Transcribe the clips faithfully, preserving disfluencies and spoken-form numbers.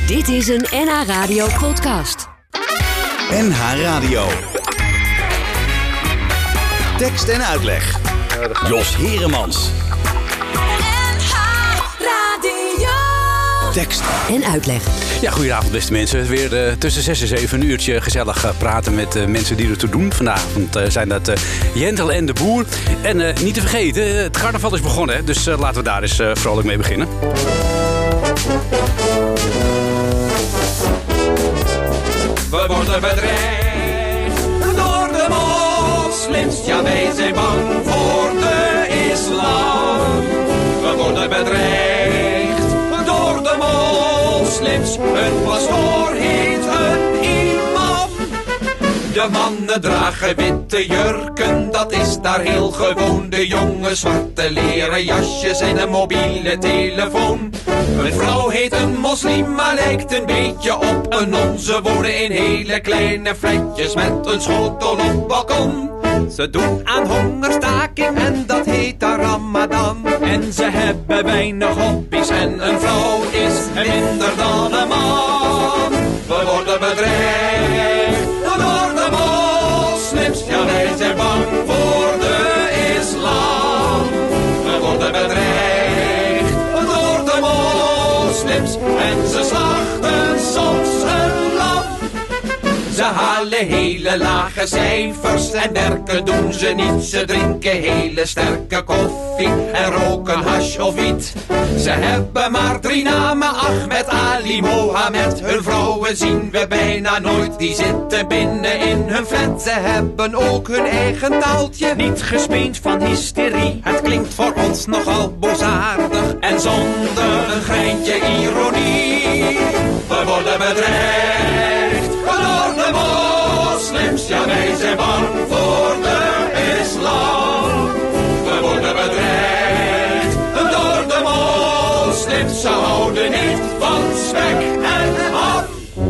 Dit is een N H Radio podcast. N H Radio. Tekst en uitleg. Jos Heremans. N H Radio. Tekst en uitleg. Ja, goedenavond beste mensen. Weer uh, tussen zes en zeven een uurtje gezellig uh, praten met uh, mensen die er toe doen. Vanavond uh, zijn dat uh, Jentel en de Boer. En uh, niet te vergeten, uh, het carnaval is begonnen. Hè? Dus uh, laten we daar eens uh, vrolijk mee beginnen. We worden bedreigd door de moslims. Ja, wij zijn bang voor de islam. We worden bedreigd door de moslims. Een pastoor heet een imam. De mannen dragen witte jurken, dat is daar heel gewoon. De jongens zwarte leren jasjes en een mobiele telefoon. Een vrouw heet een moslim, maar lijkt een beetje op een non. Ze wonen in hele kleine flatjes met een schotel op balkon. Ze doen aan hongerstaking en dat heet daar Ramadan. En ze hebben weinig hobby's en een vrouw is minder dan een man. We worden bedreigd door de moslims. Ja, wij zijn bang voor de islam. We worden bedreigd door de moslims. En ze slachten soms een lam. Ze halen hele lage cijfers en werken doen ze niet. Ze drinken hele sterke koffie en roken hash of wiet. Ze hebben maar drie namen, Ahmed, Ali, Mohammed. Hun vrouwen zien we bijna nooit, die zitten binnen in hun flat. Ze hebben ook hun eigen taaltje, niet gespeend van hysterie. Het klinkt voor ons nogal boosaardig en zonder een greintje ironie. We worden bedreigd door de moslims, ja, wij zijn bang voor de islam. We worden bedreigd door de moslims, ze houden niet van spek en af.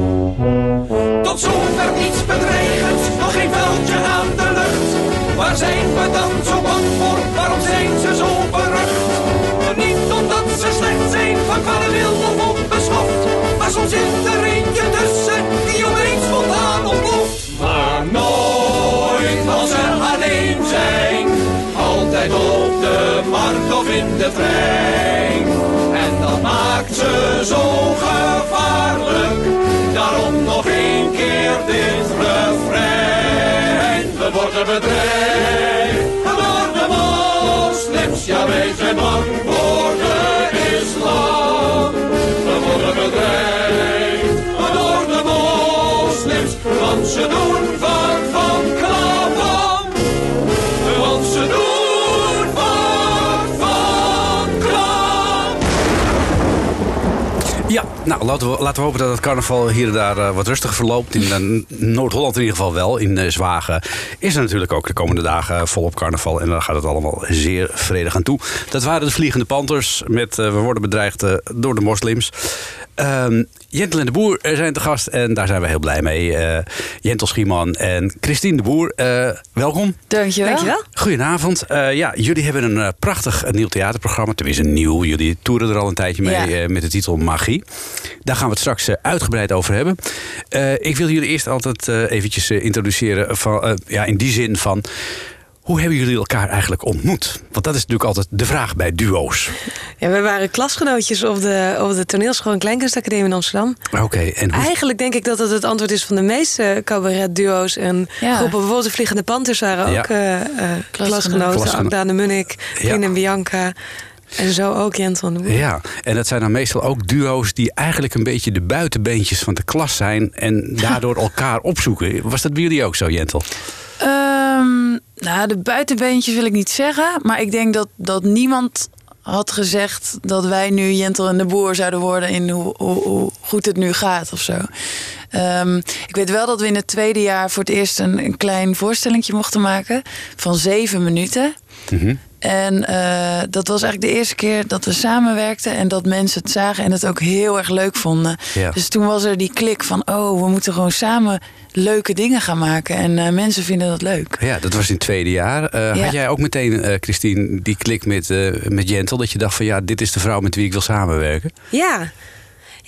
Tot zover niets bedreigends, nog geen vuiltje aan de lucht. Waar zijn we dan zo bang voor, waarom zijn ze zo berucht? Niet omdat ze slecht zijn, van kwade wil of onbeschoft. Maar soms zit er eentje tussen, die opeens spontaan ontploft. Maar nooit als ze alleen zijn, altijd op de markt of in de trein. En dat maakt ze zo gevaarlijk, daarom nog één keer dit refrein. We worden bedreigd door de moslims, ja, wij zijn bang voor de islam. We worden bedreigd door de moslims, want ze doen vaak van klappen. Want ze doen vaak van klappen. Ja, nou laten we, laten we hopen dat het carnaval hier en daar uh, wat rustiger verloopt. In uh, Noord-Holland in ieder geval wel. In uh, Zwagen is er natuurlijk ook de komende dagen uh, volop carnaval. En dan gaat het allemaal zeer vredig aan toe. Dat waren de Vliegende Panthers met uh, We worden bedreigd uh, door de moslims. Um, Jentel en de Boer zijn te gast en daar zijn we heel blij mee. Uh, Jentel Schieman en Christine de Boer, uh, welkom. Dankjewel. Dankjewel. Goedenavond. Uh, ja, jullie hebben een uh, prachtig uh, nieuw theaterprogramma. Tenminste nieuw. Jullie toeren er al een tijdje mee Ja. uh, met de titel Magie. Daar gaan we het straks uh, uitgebreid over hebben. Uh, ik wil jullie eerst altijd uh, eventjes uh, introduceren van, uh, ja, in die zin van... Hoe hebben jullie elkaar eigenlijk ontmoet? Want dat is natuurlijk altijd de vraag bij duo's. Ja, we waren klasgenootjes op de, op de toneelschool en Kleinkunstacademie in Amsterdam. Oké, okay, en hoe... Eigenlijk denk ik dat het het antwoord is van de meeste cabaretduo's en Ja. groepen. Bijvoorbeeld de Vliegende Panthers waren Ja. ook uh, uh, klasgenoten. Klasgeno- Ook Daan de Munnik, Rien Ja. en Bianca. En zo ook Jentel en de Boer. Ja, en dat zijn dan meestal ook duo's die eigenlijk een beetje de buitenbeentjes van de klas zijn en daardoor elkaar opzoeken. Was dat bij jullie ook zo, Jentel? Um, nou, de buitenbeentjes wil ik niet zeggen. Maar ik denk dat, dat niemand had gezegd dat wij nu Jentel en de Boer zouden worden in hoe, hoe, hoe goed het nu gaat of zo. Um, ik weet wel dat we in het tweede jaar voor het eerst een, een klein voorstellingje mochten maken van zeven minuten. Mm-hmm. En uh, dat was eigenlijk de eerste keer dat we samenwerkten en dat mensen het zagen en het ook heel erg leuk vonden. Ja. Dus toen was er die klik van, oh, we moeten gewoon samen leuke dingen gaan maken. En uh, mensen vinden dat leuk. Ja, dat was in het tweede jaar. Uh, Ja. Had jij ook meteen, uh, Christine, die klik met, uh, met Jentel, dat je dacht van ja, dit is de vrouw met wie ik wil samenwerken? Ja.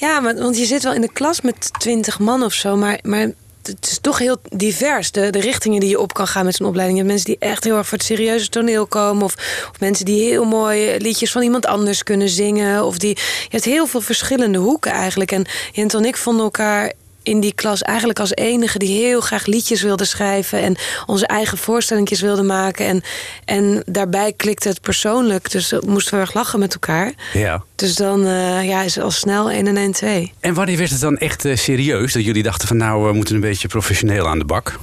Ja, maar, want je zit wel in de klas met twintig man of zo, maar, maar het is toch heel divers. De, de richtingen die je op kan gaan met zo'n opleiding. Je hebt mensen die echt heel erg voor het serieuze toneel komen. Of, of mensen die heel mooi liedjes van iemand anders kunnen zingen. Of die, je hebt heel veel verschillende hoeken eigenlijk. En Jentel en ik vonden elkaar in die klas eigenlijk als enige die heel graag liedjes wilde schrijven en onze eigen voorstellingjes wilde maken. En, en daarbij klikte het persoonlijk. Dus we moesten we erg lachen met elkaar. Ja. Dus dan uh, ja, is het al snel één en één twee. En wanneer werd het dan echt uh, serieus? Dat jullie dachten van nou, we moeten een beetje professioneel aan de bak?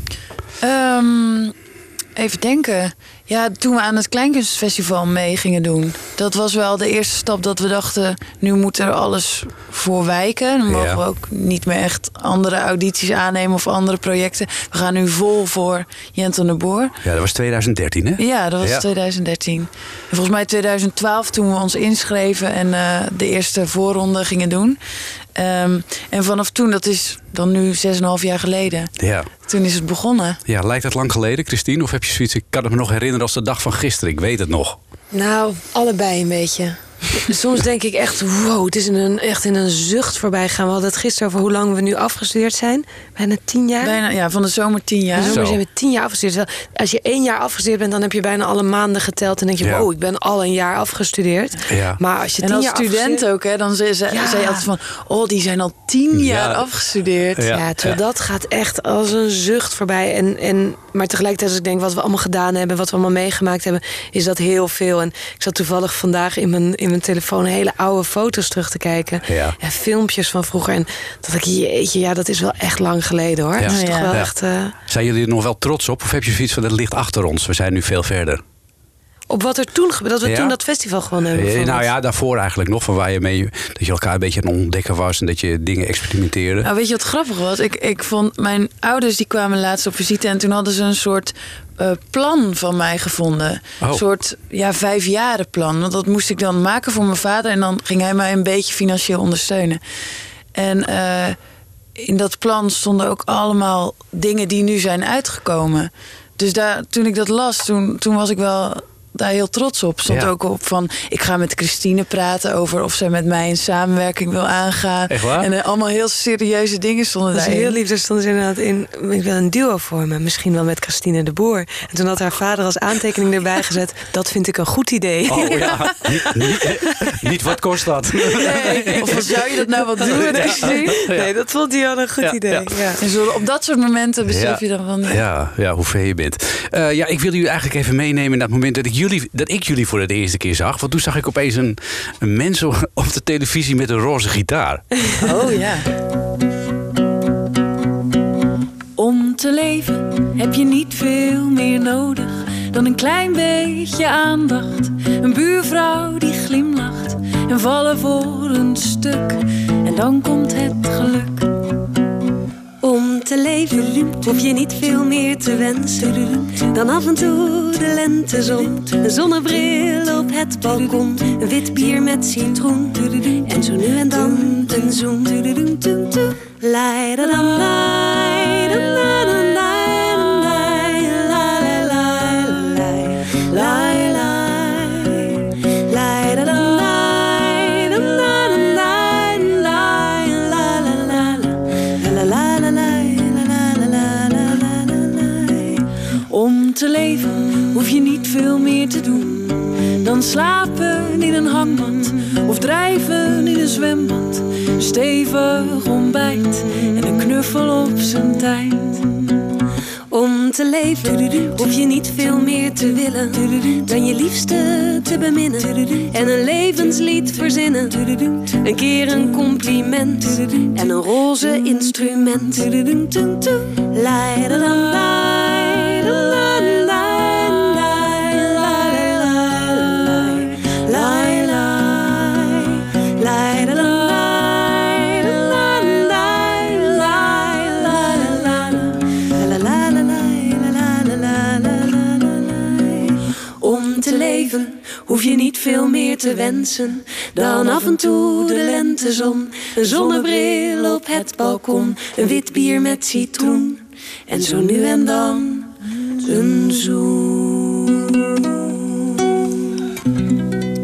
Um, even denken. Ja, toen we aan het Kleinkunstfestival mee gingen doen. Dat was wel de eerste stap dat we dachten, nu moet er alles voor wijken. Dan mogen ja. we ook niet meer echt andere audities aannemen of andere projecten. We gaan nu vol voor Jentel en de Boer. Ja, dat was twintig dertien, hè? Ja, dat was ja. twintig dertien. En volgens mij twintig twaalf toen we ons inschreven en uh, de eerste voorronde gingen doen. Um, en vanaf toen, dat is dan nu zes en een half jaar geleden. Ja. Toen is het begonnen. Ja, lijkt dat lang geleden, Christine? Of heb je zoiets, ik kan het me nog herinneren als de dag van gisteren. Ik weet het nog. Nou, allebei een beetje. Soms denk ik echt, wow, het is in een, echt in een zucht voorbij gaan. We hadden het gisteren over hoe lang we nu afgestudeerd zijn. Bijna tien jaar. Bijna, ja, van de zomer tien jaar. De zomer zijn we tien jaar afgestudeerd. Als je één jaar afgestudeerd bent, dan heb je bijna alle maanden geteld. En denk je, ja. wow, ik ben al een jaar afgestudeerd. Ja. Maar als je en tien als jaar student ook, hè, dan zei, zei, ja. zei je altijd van, oh, die zijn al tien Ja. jaar afgestudeerd. Ja. Ja, terwijl Ja. dat gaat echt als een zucht voorbij. En, en, maar tegelijkertijd, als ik denk wat we allemaal gedaan hebben, wat we allemaal meegemaakt hebben, is dat heel veel. En ik zat toevallig vandaag in mijn, in mijn telefoon hele oude foto's terug te kijken. Ja. En filmpjes van vroeger. En dat ik, jeetje, ja, dat is wel echt lang geleden, hoor. Ja. Dat is toch Ja. wel Ja. echt... Uh, Zijn jullie er nog wel trots op? Of heb je zoiets van, dat ligt achter ons? We zijn nu veel verder. op wat er toen gebeurde, dat we Ja. toen dat festival gewonnen hebben. Eh, nou ja, daarvoor eigenlijk nog. Van waar je mee, dat je elkaar een beetje aan het ontdekken was. En dat je dingen experimenteerde. Nou, weet je wat grappig was? Ik, ik vond, mijn ouders die kwamen laatst op visite en toen hadden ze een soort uh, plan van mij gevonden. Oh. Een soort ja, vijfjarenplan. Want dat moest ik dan maken voor mijn vader en dan ging hij mij een beetje financieel ondersteunen. En uh, in dat plan stonden ook allemaal dingen die nu zijn uitgekomen. Dus daar, toen ik dat las, toen, toen was ik wel daar heel trots op. Stond Ja. ook op van, ik ga met Christine praten over of zij met mij een samenwerking wil aangaan. Echt waar? En uh, allemaal heel serieuze dingen stonden Dat is daarin. heel lief. Er stond dus inderdaad in, ik wil een duo vormen. Misschien wel met Christine de Boer. En toen had haar vader als aantekening erbij gezet, dat vind ik een goed idee. Oh ja, niet, niet, niet wat kost dat? Nee, of zou je dat nou wat doen met Christine? Nee, dat vond hij wel een goed Ja, idee. ja. Ja. En zo, op dat soort momenten besef Ja. je dan van... Ja. Ja, ja, hoe ver je bent. Uh, ja, ik wil jullie eigenlijk even meenemen in dat moment dat ik jullie, dat ik jullie voor de eerste keer zag. Want toen zag ik opeens een, een mens op de televisie met een roze gitaar. Oh ja. Om te leven heb je niet veel meer nodig dan een klein beetje aandacht. Een buurvrouw die glimlacht en vallen voor een stuk. En dan komt het geluk. Om te leven hoef je niet veel meer te wensen dan af en toe de lentezon. Een zonnebril op het balkon, een wit bier met citroen. En zo nu en dan een zoen. Lai da da lai, da da da lai, lai, lai, lai, lai, lai, lai, da da lai, da da da lai, lai, la la la la la. Om te leven hoef je niet veel meer te doen dan slapen in een hangmat of drijven in een zwembad. Stevig ontbijt en een knuffel op zijn tijd. Om te leven hoef je niet veel meer te willen dan je liefste te beminnen en een levenslied verzinnen. Een keer een compliment en een roze instrument. Lai da da lai, da da da lai, lai, lai, lai, lai, lai, da da lai, da da lai, lai, lai, lai. Om te leven hoef je niet veel meer te wensen dan af en toe de lentezon. Een zonnebril op het balkon, een wit bier met citroen. En zo nu en dan een zoen.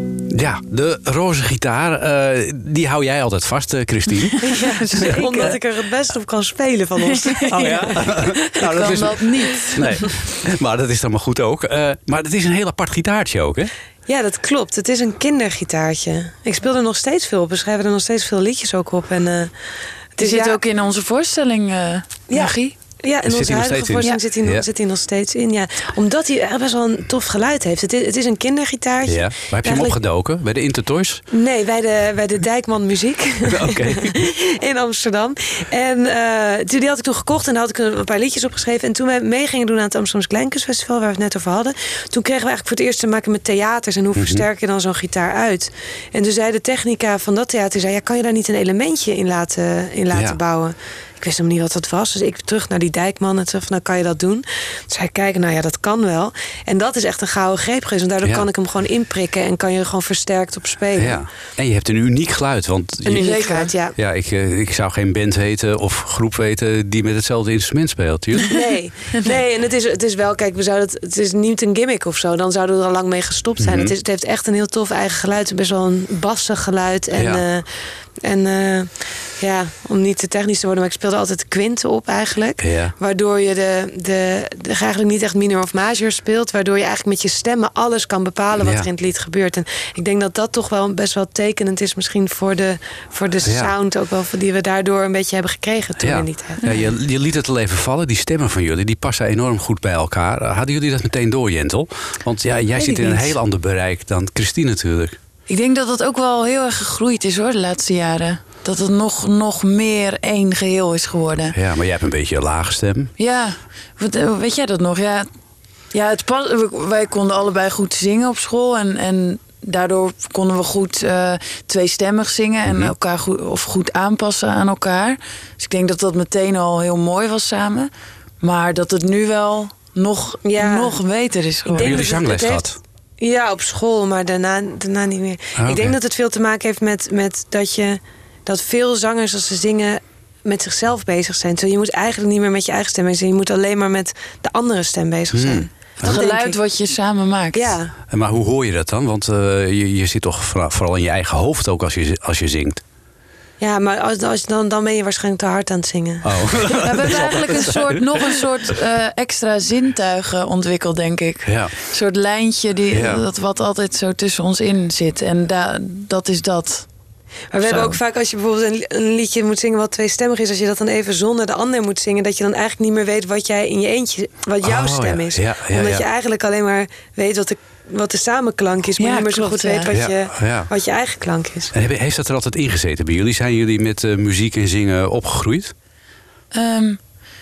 Ja, de roze gitaar, uh, die hou jij altijd vast, uh, Christine. Ja, zeker. Omdat ik er het best op kan spelen van ons. Oh ja? nou, dat kan is... dat niet. Nee, maar dat is dan maar goed ook. Uh, maar het is een heel apart gitaartje ook, hè? Ja, dat klopt. Het is een kindergitaartje. Ik speel er nog steeds veel op. We schrijven er nog steeds veel liedjes ook op. En, uh, het is zit ja... ook in onze voorstelling, uh, Magie. Ja, in zit onze huidige voorstelling ja. zit, hij nog, ja. zit hij nog steeds in. Ja. Omdat hij echt best wel een tof geluid heeft. Het is, het is een kindergitaartje. Ja. Waar heb je Eigenlijk... hem opgedoken? Bij de Intertoys? Nee, bij de, bij de Dijkman Muziek. Okay. In Amsterdam. En uh, die had ik toen gekocht en daar had ik een paar liedjes opgeschreven. En toen we mee gingen doen aan het Amsterdamse Kleinkunstfestival, waar we het net over hadden, toen kregen we eigenlijk voor het eerst te maken met theaters. En hoe mm-hmm. versterk je dan zo'n gitaar uit? En toen zei de technica van dat theater, zei, ja, kan je daar niet een elementje in laten, in laten ja. bouwen? Ik wist nog niet wat dat was. Dus ik terug naar die Dijkman en zei van, nou, kan je dat doen? Toen zei ik, kijk, nou ja, dat kan wel. En dat is echt een gouden greep geweest. En daardoor ja. kan ik hem gewoon inprikken en kan je er gewoon versterkt op spelen. Ja. En je hebt een uniek geluid. Want een je, uniek geluid, ja. Ja, ik, ik zou geen band weten of groep weten die met hetzelfde instrument speelt. Nee, nee, en het is, het is wel, kijk, we zouden het, het is niet een gimmick of zo. Dan zouden we er al lang mee gestopt zijn. Mm-hmm. Het, is, het heeft echt een heel tof eigen geluid. Best wel een bassig geluid. En, ja. uh, en uh, ja, om niet te technisch te worden, maar ik speelde altijd kwinten op eigenlijk. Ja. Waardoor je de, de, de eigenlijk niet echt minor of major speelt. Waardoor je eigenlijk met je stemmen alles kan bepalen wat ja. er in het lied gebeurt. En ik denk dat dat toch wel best wel tekenend is misschien voor de, voor de ja. sound ook wel die we daardoor een beetje hebben gekregen toen ja. in die tijd. Ja, je, je liet het al even vallen. Die stemmen van jullie, die passen enorm goed bij elkaar. Hadden jullie dat meteen door, Jentel? Want ja, jij zit in een heel ander bereik dan Christine natuurlijk. Ik denk dat dat ook wel heel erg gegroeid is hoor, de laatste jaren. Dat het nog, nog meer één geheel is geworden. Ja, maar jij hebt een beetje een lage stem. Ja, weet jij dat nog? Ja, ja het pas, wij konden allebei goed zingen op school. En, en daardoor konden we goed uh, tweestemmig zingen. En mm-hmm. elkaar goed, of goed aanpassen aan elkaar. Dus ik denk dat dat meteen al heel mooi was samen. Maar dat het nu wel nog, ja. nog beter is geworden. Hebben jullie zangles gehad? Ja, op school, maar daarna, daarna niet meer. Ah, okay. Ik denk dat het veel te maken heeft met, met dat je... dat veel zangers als ze zingen met zichzelf bezig zijn. Dus je moet eigenlijk niet meer met je eigen stem bezig zijn. Je moet alleen maar met de andere stem bezig zijn. Hmm. Het geluid wat je samen maakt. Ja. Maar hoe hoor je dat dan? Want uh, je, je zit toch vooral in je eigen hoofd ook als je, als je zingt. Ja, maar als, als, dan, dan ben je waarschijnlijk te hard aan het zingen. Oh. Ja, we hebben eigenlijk een soort, nog een soort uh, extra zintuigen ontwikkeld, denk ik. Ja. Een soort lijntje die, ja. dat wat altijd zo tussen ons in zit. En da, dat is dat. Maar we Zo. hebben ook vaak, als je bijvoorbeeld een, een liedje moet zingen wat tweestemmig is, als je dat dan even zonder de ander moet zingen, dat je dan eigenlijk niet meer weet wat jij in je eentje, wat jouw oh, stem ja. is. Ja, ja, Omdat ja. je eigenlijk alleen maar weet wat de, wat de samenklank is, maar ja, niet meer zo klopt, goed ja. weet wat, ja, je, ja. wat je eigen klank is. En heeft dat er altijd ingezeten bij jullie? Zijn jullie met uh, muziek en zingen opgegroeid? Um,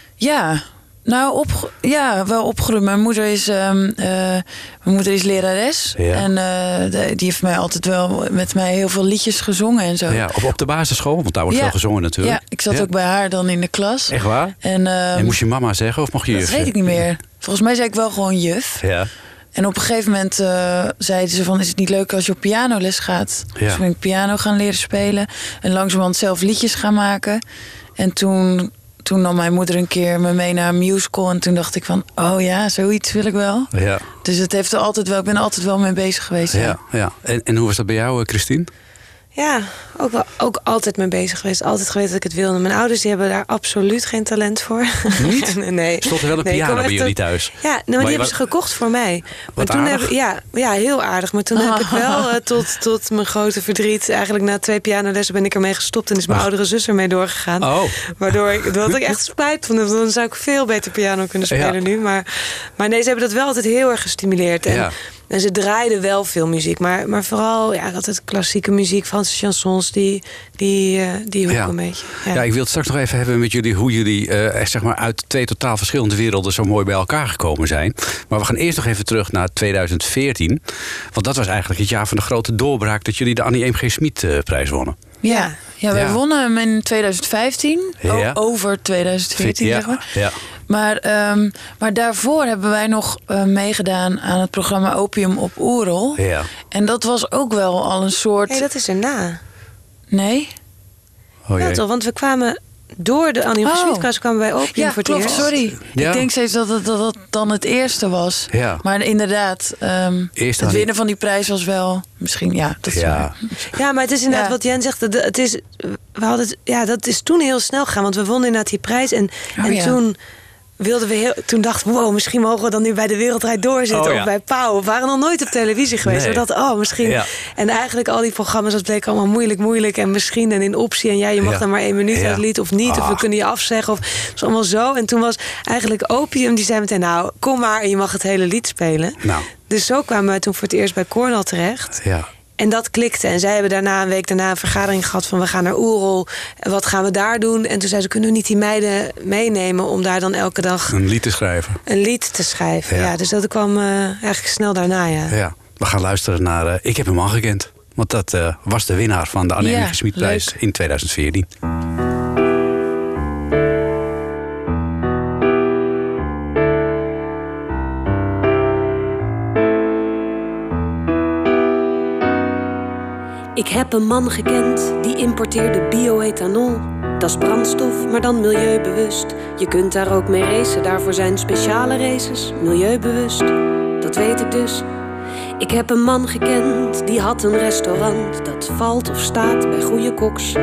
ja. Nou, op, ja, wel opgegroeid. Mijn moeder is, um, uh, mijn moeder is lerares. Ja. En uh, de, die heeft mij altijd wel met mij heel veel liedjes gezongen en zo. Ja, op, op de basisschool, want daar wordt ja. veel gezongen natuurlijk. Ja, ik zat ja. ook bij haar dan in de klas. Echt waar? En, um, en moest je mama zeggen of mocht je juf? Dat weet ik niet meer. Volgens mij zei ik wel gewoon juf. Ja. En op een gegeven moment uh, zeiden ze van, is het niet leuk als je op pianoles gaat? Ja. Dus ben ik piano gaan leren spelen. En langzamerhand zelf liedjes gaan maken. En toen... Toen nam mijn moeder een keer me mee naar een musical. En toen dacht ik van, oh ja, zoiets wil ik wel. Ja. Dus het heeft er altijd wel, ik ben er altijd wel mee bezig geweest. Ja, ja. ja. En, en hoe was dat bij jou, Christine? Ja, ook, wel, ook altijd mee bezig geweest. Altijd geweten dat ik het wilde. Mijn ouders die hebben daar absoluut geen talent voor. Niet? nee. Stond er wel een nee, piano bij jullie tot, thuis? Ja, nou, die maar hebben ze gekocht voor mij. Wat maar toen aardig. heb, ja, ja, heel aardig. Maar toen oh. heb ik wel uh, tot, tot mijn grote verdriet... eigenlijk na twee pianolessen ben ik ermee gestopt... en is mijn Ach. oudere zus ermee doorgegaan. Oh. Waardoor ik, dat ik echt spijt vond. Dan zou ik veel beter piano kunnen spelen ja. nu. Maar, maar nee, ze hebben dat wel altijd heel erg gestimuleerd. En, ja. En ze draaiden wel veel muziek. Maar, maar vooral ja, altijd klassieke muziek, Franse chansons, die, die, uh, die hoek ja. een beetje. Ja. ja, ik wil het straks nog even hebben met jullie hoe jullie uh, zeg maar uit twee totaal verschillende werelden zo mooi bij elkaar gekomen zijn. Maar we gaan eerst nog even terug naar tweeduizend veertien. Want dat was eigenlijk het jaar van de grote doorbraak dat jullie de Annie M G Schmid uh, prijs wonnen. Ja, ja, wij ja. wonnen hem in tweeduizend vijftien. Ja. O- over tweeduizend veertien, ja. zeg maar. Ja. Maar, um, maar daarvoor hebben wij nog uh, meegedaan aan het programma Opium op Oerol. Ja. En dat was ook wel al een soort... Nee, dat is erna. Nee? Oh, ja, toch, want we kwamen... door de Annie M G Oh. Schmid kwamen wij Opium Ja, voor het klopt, eerst. sorry. Ja. Ik denk steeds dat het, dat het dan het eerste was. Ja. Maar inderdaad, um, Eerst het dan- winnen van die prijs was wel... Misschien, ja, dat is Ja. waar. Ja, maar het is inderdaad Ja. wat Jen zegt. Het, het is, we hadden het, ja, dat is toen heel snel gegaan. Want we wonnen inderdaad die prijs. En, Oh, en ja. toen wilden we heel, toen dachten we, wow, misschien mogen we dan nu bij de Wereldrijd doorzitten. Oh, ja. Of bij Pauw. We waren nog nooit op televisie geweest. Nee. We dachten, oh, misschien. Ja. En eigenlijk al die programma's, dat bleek allemaal moeilijk, moeilijk. En misschien en in optie. En ja, je mag Ja. dan maar één minuut Ja. uit het lied of niet. Of we Ah. kunnen je afzeggen. Of, het was allemaal zo. En toen was eigenlijk Opium, die zei meteen, nou, kom maar en je mag het hele lied spelen. Nou, Dus zo kwamen we toen voor het eerst bij Cornell terecht. ja. En dat klikte. En zij hebben daarna een week daarna een vergadering gehad van we gaan naar Oerol. En wat gaan we daar doen? En toen zei ze, kunnen we niet die meiden meenemen om daar dan elke dag Een lied te schrijven. een lied te schrijven? Ja. Ja, dus dat kwam uh, eigenlijk snel daarna, ja. Ja. We gaan luisteren naar uh, Ik heb hem al gekend. Want dat uh, was de winnaar van de Annie Ja, M G Schmidprijs leuk. in tweeduizend veertien. Ik heb een man gekend die importeerde bioethanol. Dat is brandstof, maar dan milieubewust. Je kunt daar ook mee racen, daarvoor zijn speciale races. Milieubewust, dat weet ik dus. Ik heb een man gekend die had een restaurant. Dat valt of staat bij goede koks.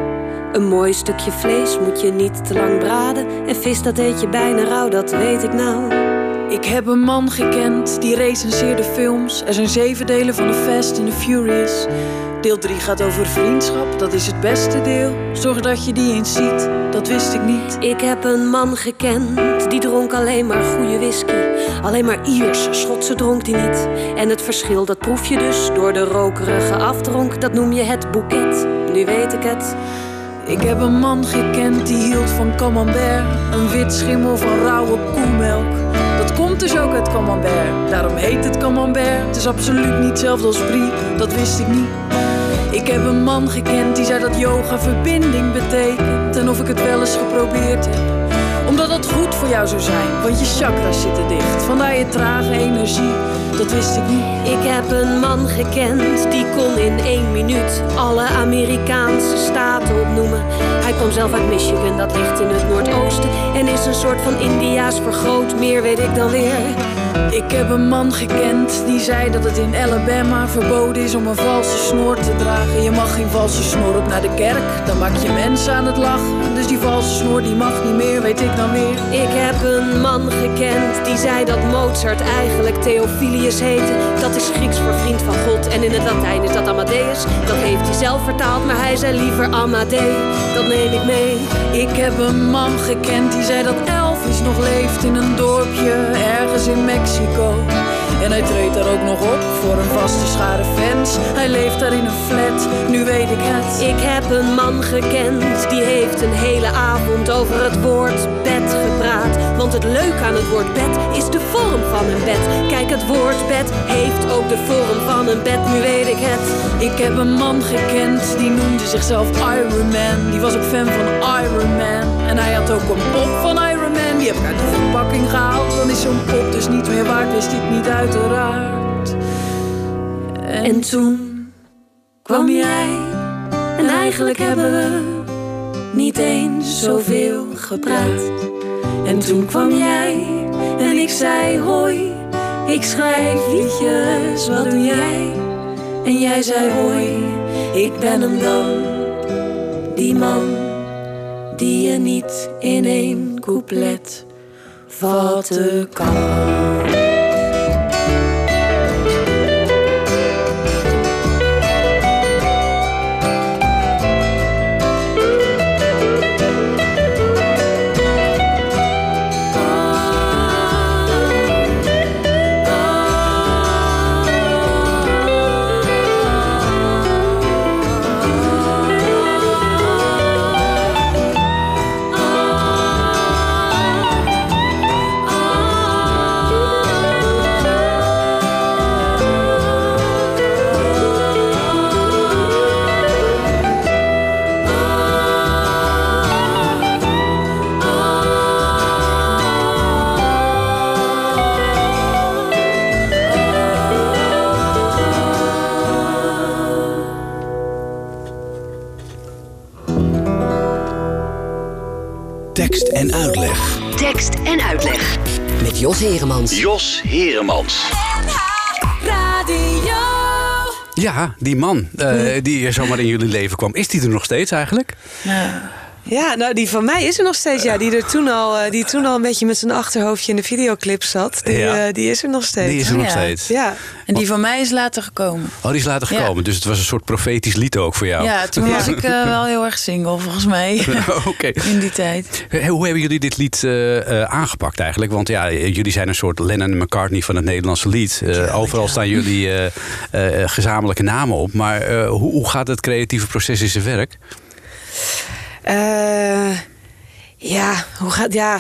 Een mooi stukje vlees moet je niet te lang braden. En vis dat eet je bijna rauw, dat weet ik nou. Ik heb een man gekend die recenseerde films. Er zijn zeven delen van The Fast and the Furious. Deel drie gaat over vriendschap, dat is het beste deel. Zorg dat je die eens ziet, dat wist ik niet. Ik heb een man gekend, die dronk alleen maar goede whisky. Alleen maar Iers, Schotse dronk die niet. En het verschil, dat proef je dus door de rokerige afdronk. Dat noem je het boeket, nu weet ik het. Ik heb een man gekend die hield van camembert. Een wit schimmel van rauwe koemelk. Dat komt dus ook uit camembert, daarom heet het camembert. Het is absoluut niet hetzelfde als brie, dat wist ik niet. Ik heb een man gekend die zei dat yoga verbinding betekent. En of ik het wel eens geprobeerd heb, omdat dat goed voor jou zou zijn. Want je chakras zitten dicht, vandaar je trage energie. Dat wist ik niet. Ik heb een man gekend, die kon in één minuut alle Amerikaanse staten opnoemen. Hij kwam zelf uit Michigan, dat ligt in het noordoosten. En is een soort van Indiaas vergroot, meer weet ik dan weer. Ik heb een man gekend die zei dat het in Alabama verboden is om een valse snor te dragen. Je mag geen valse snor op naar de kerk, dan maak je mensen aan het lachen. Dus die valse snor die mag niet meer, weet ik dan weer. Ik heb een man gekend die zei dat Mozart eigenlijk Theophilus heette. Dat is Grieks voor vriend van God en in het Latijn is dat Amadeus. Dat heeft hij zelf vertaald, maar hij zei liever Amadee. Dat neem ik mee. Ik heb een man gekend die zei dat Elvis nog leeft in een dorpje ergens in Mexico. En hij treedt daar ook nog op voor een vaste schare fans. Hij leeft daar in een flat, nu weet ik het. Ik heb een man gekend, die heeft een hele avond over het woord bed gepraat. Want het leuke aan het woord bed is de vorm van een bed. Kijk, het woord bed heeft ook de vorm van een bed, nu weet ik het. Ik heb een man gekend, die noemde zichzelf Iron Man. Die was ook fan van Iron Man. En hij had ook een pop van Iron Man. Die heb ik uit de verpakking gehaald. Dan is zo'n pop dus niet meer waard, wist ik niet uiteraard. En, En toen kwam jij, en eigenlijk hebben we niet eens zoveel gepraat. En toen kwam jij, en ik zei hoi, ik schrijf liedjes, wat doe jij? En jij zei hoi, ik ben hem dan, die man die je niet in één couplet vatten kan. Tekst en uitleg. Tekst en uitleg. Met Jos Heremans. Jos Heremans. Radio. Ja, die man uh, die zomaar in jullie leven kwam. Is die er nog steeds eigenlijk? Ja. Ja, nou die van mij is er nog steeds. Ja, die er toen al, uh, die toen al een beetje met zijn achterhoofdje in de videoclip zat. Die, ja. uh, die is er nog steeds. Die is er oh, nog ja. steeds. Ja. En die van mij is later gekomen. Oh, die is later gekomen. Ja. Dus het was een soort profetisch lied ook voor jou. Ja, toen was ik uh, wel heel erg single volgens mij. Okay. In die tijd. Hoe hebben jullie dit lied uh, uh, aangepakt eigenlijk? Want ja, jullie zijn een soort Lennon en McCartney van het Nederlandse lied. Uh, ja, overal ja. staan jullie uh, uh, gezamenlijke namen op. Maar uh, hoe, hoe gaat het creatieve proces in zijn werk? Uh, ja, hoe gaat... Ja...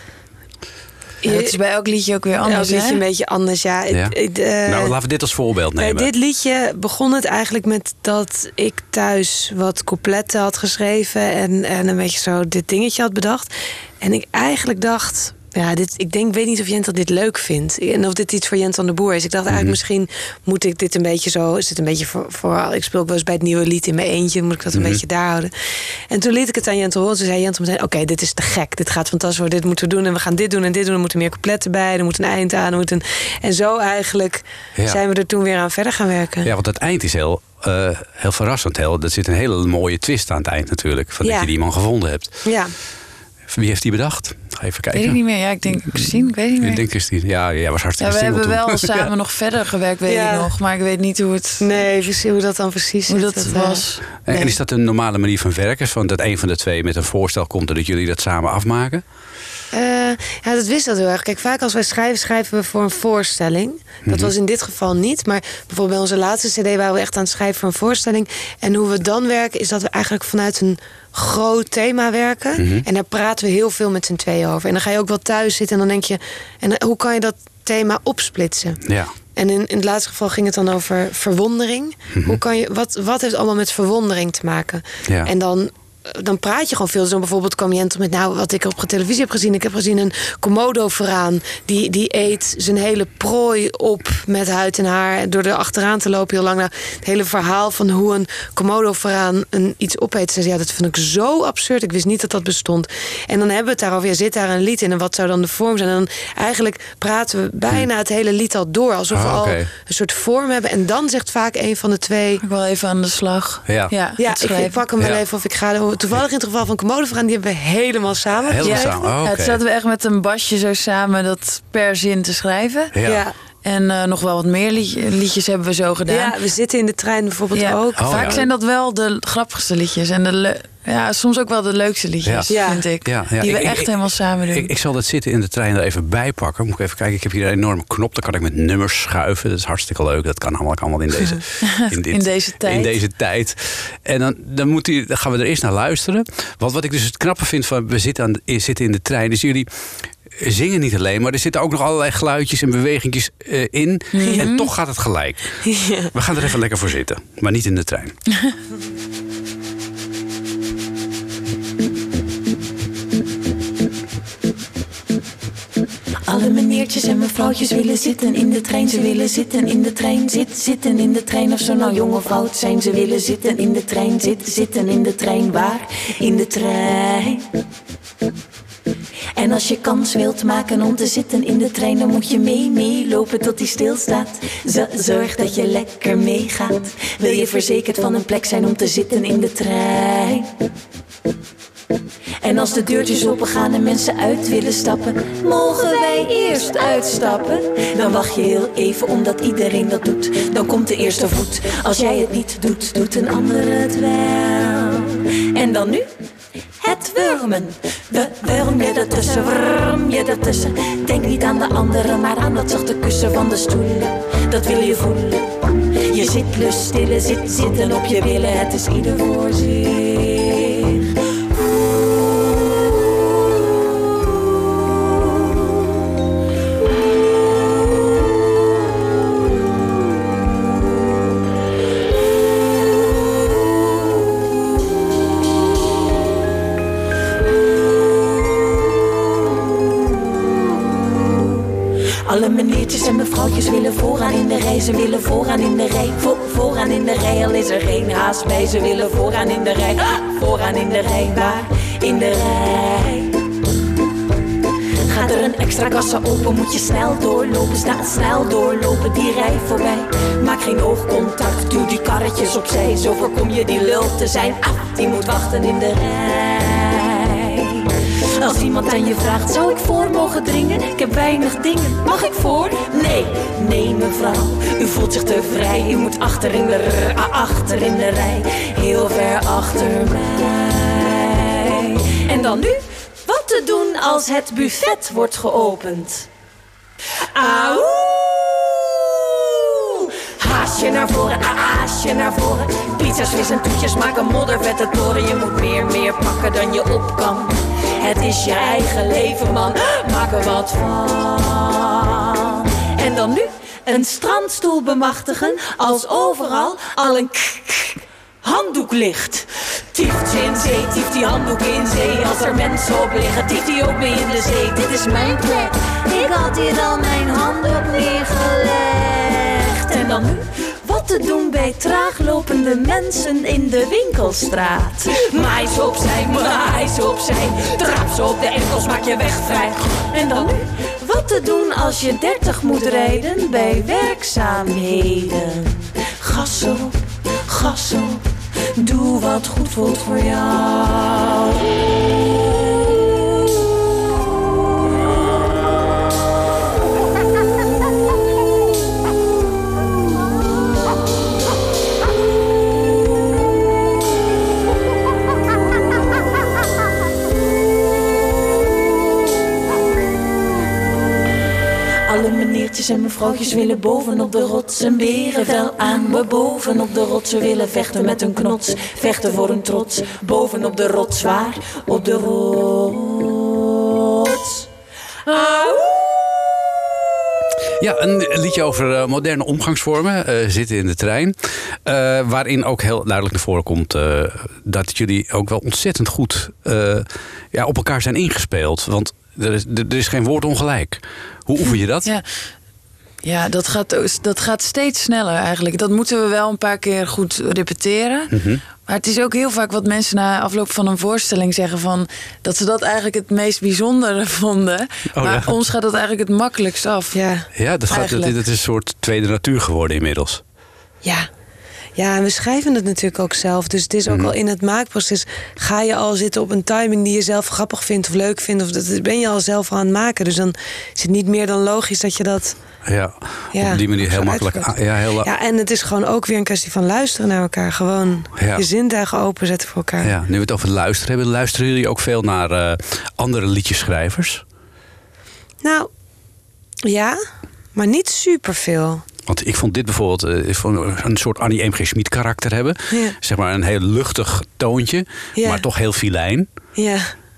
Ja, het is bij elk liedje ook weer anders. Elk liedje hè? een beetje anders, ja. ja. Het, uh, nou, laten we dit als voorbeeld nemen. Bij dit liedje begon het eigenlijk met dat ik thuis wat coupletten had geschreven en, en een beetje zo dit dingetje had bedacht. En ik eigenlijk dacht, ja, dit, ik denk, weet niet of Jentel dit leuk vindt. En of dit iets voor Jentel de Boer is. Ik dacht eigenlijk, mm-hmm. misschien moet ik dit een beetje zo... Is dit een beetje voor, voor... Ik speel ook wel eens bij het nieuwe lied in mijn eentje. Moet ik dat een mm-hmm. beetje daar houden. En toen liet ik het aan Jentel horen. Toen zei Jentel meteen, oké, okay, dit is te gek. Dit gaat fantastisch worden. Dit moeten we doen. En we gaan dit doen en dit doen. Er moeten meer coupletten bij. Er moet een eind aan. Er moet een... En zo eigenlijk ja. zijn we er toen weer aan verder gaan werken. Ja, want het eind is heel... Uh, heel verrassend. Heel, er zit een hele mooie twist aan het eind natuurlijk. Van ja. dat je die man gevonden hebt. Ja. Wie heeft die bedacht? Ga even kijken. Weet ik niet meer. Ja, ik denk Christine. Ik weet niet meer. Ik denk Christine. Ja, jij was hartstikke ja, we hebben toen. wel samen ja. nog verder gewerkt, weet ja. ik nog. Maar ik weet niet hoe het... Nee, hoe dat dan precies hoe dat, dat was. En, nee. en is dat een normale manier van werken? Van dat een van de twee met een voorstel komt en dat jullie dat samen afmaken? Uh, ja, dat wist dat heel erg. Kijk, vaak als wij schrijven, schrijven we voor een voorstelling. Dat mm-hmm. was in dit geval niet. Maar bijvoorbeeld bij onze laatste cd waren we echt aan het schrijven voor een voorstelling. En hoe we dan werken, is dat we eigenlijk vanuit een groot thema werken. Mm-hmm. En daar praten we heel veel met z'n tweeën over. En dan ga je ook wel thuis zitten en dan denk je... En hoe kan je dat thema opsplitsen? Ja. En in, in het laatste geval ging het dan over verwondering. Mm-hmm. Hoe kan je, wat, wat heeft allemaal met verwondering te maken? Ja. En dan... dan praat je gewoon veel. Dus dan bijvoorbeeld kwam Jentel met, nou, wat ik op televisie heb gezien. Ik heb gezien een Komodo-varaan. Die, die eet zijn hele prooi op met huid en haar. Door er achteraan te lopen heel lang. Nou, het hele verhaal van hoe een Komodo-varaan een iets opeet. Ze zei, ja, dat vind ik zo absurd. Ik wist niet dat dat bestond. En dan hebben we het daarover. Ja, zit daar een lied in? En wat zou dan de vorm zijn? En dan eigenlijk praten we bijna het hele lied al door. Alsof oh, we al okay. een soort vorm hebben. En dan zegt vaak een van de twee... Ik wil even aan de slag. Ja, ja, ja ik, ik pak hem wel ja. even of ik ga... Toevallig in het geval van Komodo-varaan, die hebben we helemaal samen Helemaal geschreven. samen, oh, okay. ja, toen zaten we echt met een basje zo samen dat per zin te schrijven. Ja. Ja. En uh, nog wel wat meer liedje, liedjes hebben we zo gedaan. Ja, we zitten in de trein bijvoorbeeld ja. ook. Oh, Vaak ja. zijn dat wel de grappigste liedjes. En de le- ja, soms ook wel de leukste liedjes, Ja. vind ik. Ja, ja. Die we Ik- echt ik- helemaal samen doen. Ik, ik zal dat zitten in de trein er even bij pakken. Moet ik even kijken. Ik heb hier een enorme knop. Dan kan ik met nummers schuiven. Dat is hartstikke leuk. Dat kan allemaal, allemaal in deze, in, dit, In deze tijd. In deze tijd. En dan, dan, moet u, dan gaan we er eerst naar luisteren. Want wat ik dus het knappe vind van we zitten, aan, de- zitten in de trein. Dus jullie zingen niet alleen, maar er zitten ook nog allerlei geluidjes en bewegingjes uh, in. Mm-hmm. En toch gaat het gelijk. Ja. We gaan er even lekker voor zitten. Maar niet in de trein. Alle meneertjes en mevrouwtjes willen zitten in de trein. Ze willen zitten in de trein. Zit, zitten in de trein. Of ze nou jong of oud zijn. Ze willen zitten in de trein. Zit, zitten in de trein. Waar? In de trein. En als je kans wilt maken om te zitten in de trein, dan moet je mee, meelopen tot die stilstaat. Z- zorg dat je lekker meegaat. Wil je verzekerd van een plek zijn om te zitten in de trein? En als de deurtjes opengaan en mensen uit willen stappen, mogen wij eerst uitstappen? Dan wacht je heel even omdat iedereen dat doet. Dan komt de eerste voet. Als jij het niet doet, doet een ander het wel. En dan nu? Het wurmen. We wurm je ertussen, wurm je ertussen. Denk niet aan de anderen, maar aan dat zachte kussen van de stoelen. Dat wil je voelen. Je zit lust stille, zit zitten op je billen. Het is ieder voor zich. Alle meneertjes en mevrouwtjes willen vooraan in de rij. Ze willen vooraan in de rij. Vo- vooraan in de rij, al is er geen haast bij. Ze willen vooraan in de rij. Vooraan in de rij, waar? In de rij. Extra kassa open, moet je snel doorlopen. Snel, snel doorlopen, die rij voorbij. Maak geen oogcontact, duw die karretjes opzij. Zo voorkom je die lul te zijn. Ah, die moet wachten in de rij. Als iemand aan je vraagt, zou ik voor mogen dringen? Ik heb weinig dingen, mag ik voor? Nee, nee mevrouw, u voelt zich te vrij. U moet achter in de, r- achter in de rij. Heel ver achter mij. En dan nu? Wat te doen als het buffet wordt geopend? Auw! Haasje naar voren, haasje naar voren. Pizza's, vis en toetjes maken moddervette toren. Je moet meer, meer pakken dan je op kan. Het is je eigen leven, man. Maak er wat van. En dan nu een strandstoel bemachtigen. Als overal al een k- k- handdoek ligt. Tieft ze in zee, tieft die handdoek in zee. Als er mensen op liggen, tieft die ook mee in de zee. Dit is mijn plek, ik had hier al mijn handdoek neergelegd. En dan nu, wat te doen bij traaglopende mensen in de winkelstraat. Maai ze opzij, maai ze opzij. Trap ze op de enkels, maak je weg vrij. En dan nu, wat te doen als je dertig moet rijden bij werkzaamheden. Gas op, gas op. Doe wat goed voelt voor jou. Alle meneertjes en mevrouwtjes willen bovenop de rots een berenvel aan. Maar bovenop de rots, ze willen vechten met een knots. Vechten voor hun trots, bovenop de rots, zwaar op de rots. Auw! Ja, een liedje over uh, moderne omgangsvormen, uh, zitten in de trein. Uh, waarin ook heel duidelijk naar voren komt uh, dat jullie ook wel ontzettend goed uh, ja, op elkaar zijn ingespeeld. Want er is, er is geen woord ongelijk. Hoe oefen je dat? Ja, ja dat, gaat, dat gaat steeds sneller eigenlijk. Dat moeten we wel een paar keer goed repeteren. Mm-hmm. Maar het is ook heel vaak wat mensen na afloop van een voorstelling zeggen van dat ze dat eigenlijk het meest bijzondere vonden. Oh, maar ja. Ons gaat dat eigenlijk het makkelijkst af. Ja, ja dat, gaat, dat, dat is een soort tweede natuur geworden inmiddels. Ja. Ja, en we schrijven het natuurlijk ook zelf. Dus het is ook mm. al in het maakproces. Ga je al zitten op een timing die je zelf grappig vindt of leuk vindt. Of dat ben je al zelf aan het maken. Dus dan is het niet meer dan logisch dat je dat... Ja, ja op die manier heel makkelijk... Ja, heel... ja, en het is gewoon ook weer een kwestie van luisteren naar elkaar. Gewoon ja. je zintuigen openzetten voor elkaar. Ja, nu we het over luisteren hebben. Luisteren jullie ook veel naar uh, andere liedjeschrijvers? Nou, ja, maar niet superveel. Want ik vond dit bijvoorbeeld uh, een soort Annie M G. Schmid karakter hebben. Ja. Zeg maar een heel luchtig toontje, ja. maar toch heel filijn. Ja.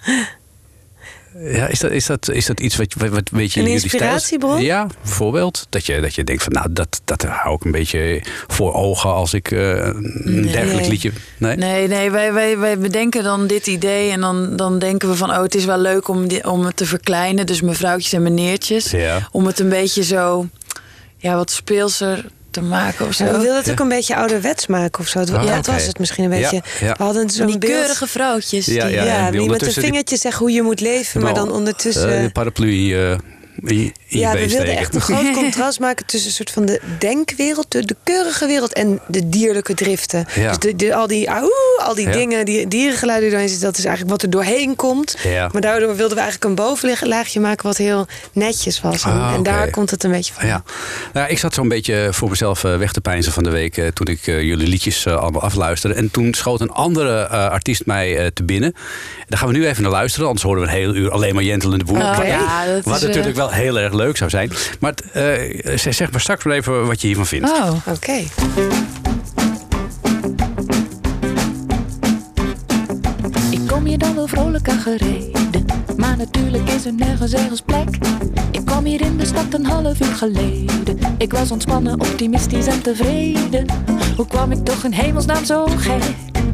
Ja, is dat, is dat, is dat iets wat, wat weet je een in jullie inspiratiebron? Ja, bijvoorbeeld. Dat je, dat je denkt van nou, dat, dat hou ik een beetje voor ogen als ik uh, een nee, dergelijk nee. liedje... Nee, nee, nee wij, wij, wij bedenken dan dit idee en dan, dan denken we van oh, het is wel leuk om, die, om het te verkleinen. Dus mevrouwtjes en meneertjes. Ja. Om het een beetje zo, ja, wat speelser te maken of zo. Ja, we wilden het ook een beetje ouderwets maken of zo. Het, oh, ja, het okay. was het misschien een beetje. Ja, ja. We hadden zo'n die beeld... keurige vrouwtjes. Ja, die, ja, ja, die, die met een vingertje die... zeggen hoe je moet leven, maar dan ondertussen... Uh, de paraplu uh, in je Ja, we wilden steken. echt een groot contrast maken tussen een soort van de denkwereld, de, de keurige wereld en de dierlijke driften. Ja. Dus de, de, al die, auw, al die ja. dingen, die dierengeluiden doorheen zitten, dat is eigenlijk wat er doorheen komt. Ja. Maar daardoor wilden we eigenlijk een bovenlaagje maken wat heel netjes was. Ah, en okay. daar komt het een beetje van. Ja. Nou, ik zat zo'n beetje voor mezelf weg te peinzen van de week uh, toen ik uh, jullie liedjes uh, allemaal afluisterde. En toen schoot een andere uh, artiest mij uh, te binnen. Daar gaan we nu even naar luisteren, anders horen we een heel uur alleen maar Jentel en de Boer. Oh, wat ja, dat wat is, natuurlijk uh... wel heel erg leuk zou zijn. Maar uh, zeg maar straks maar even wat je hiervan vindt. Oh, oké. Okay. Ik kom hier dan wel vrolijk aan gereden, maar natuurlijk is er nergens ergens plek. Ik kwam hier in de stad een half uur geleden. Ik was ontspannen, optimistisch en tevreden. Hoe kwam ik toch in hemelsnaam zo gek?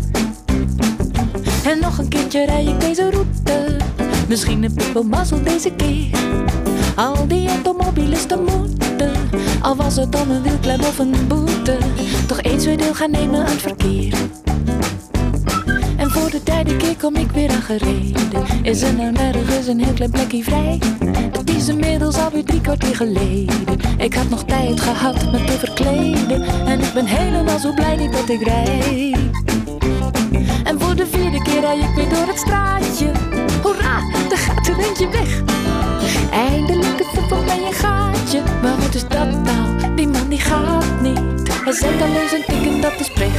En nog een keertje rij ik deze route. Misschien heb ik wel mazzel deze keer. Al die automobilisten moeten, al was het dan een wielklem of een boete, toch eens weer deel gaan nemen aan het verkeer. En En voor de derde keer kom ik weer aangereden. Is er nou nergens een heel klein plekje vrij? Het is inmiddels alweer drie kwartier geleden. Ik had nog tijd gehad met te verkleden. En ik ben helemaal zo blij niet dat ik rijd. En voor de vierde keer rijd ik weer door het straatje. Hoera, daar gaat er eentje weg. Eindelijk is er voor mij een gaatje. Maar wat is dat nou? Die man die gaat niet. Hij zet alleen zijn tik en dat is pech.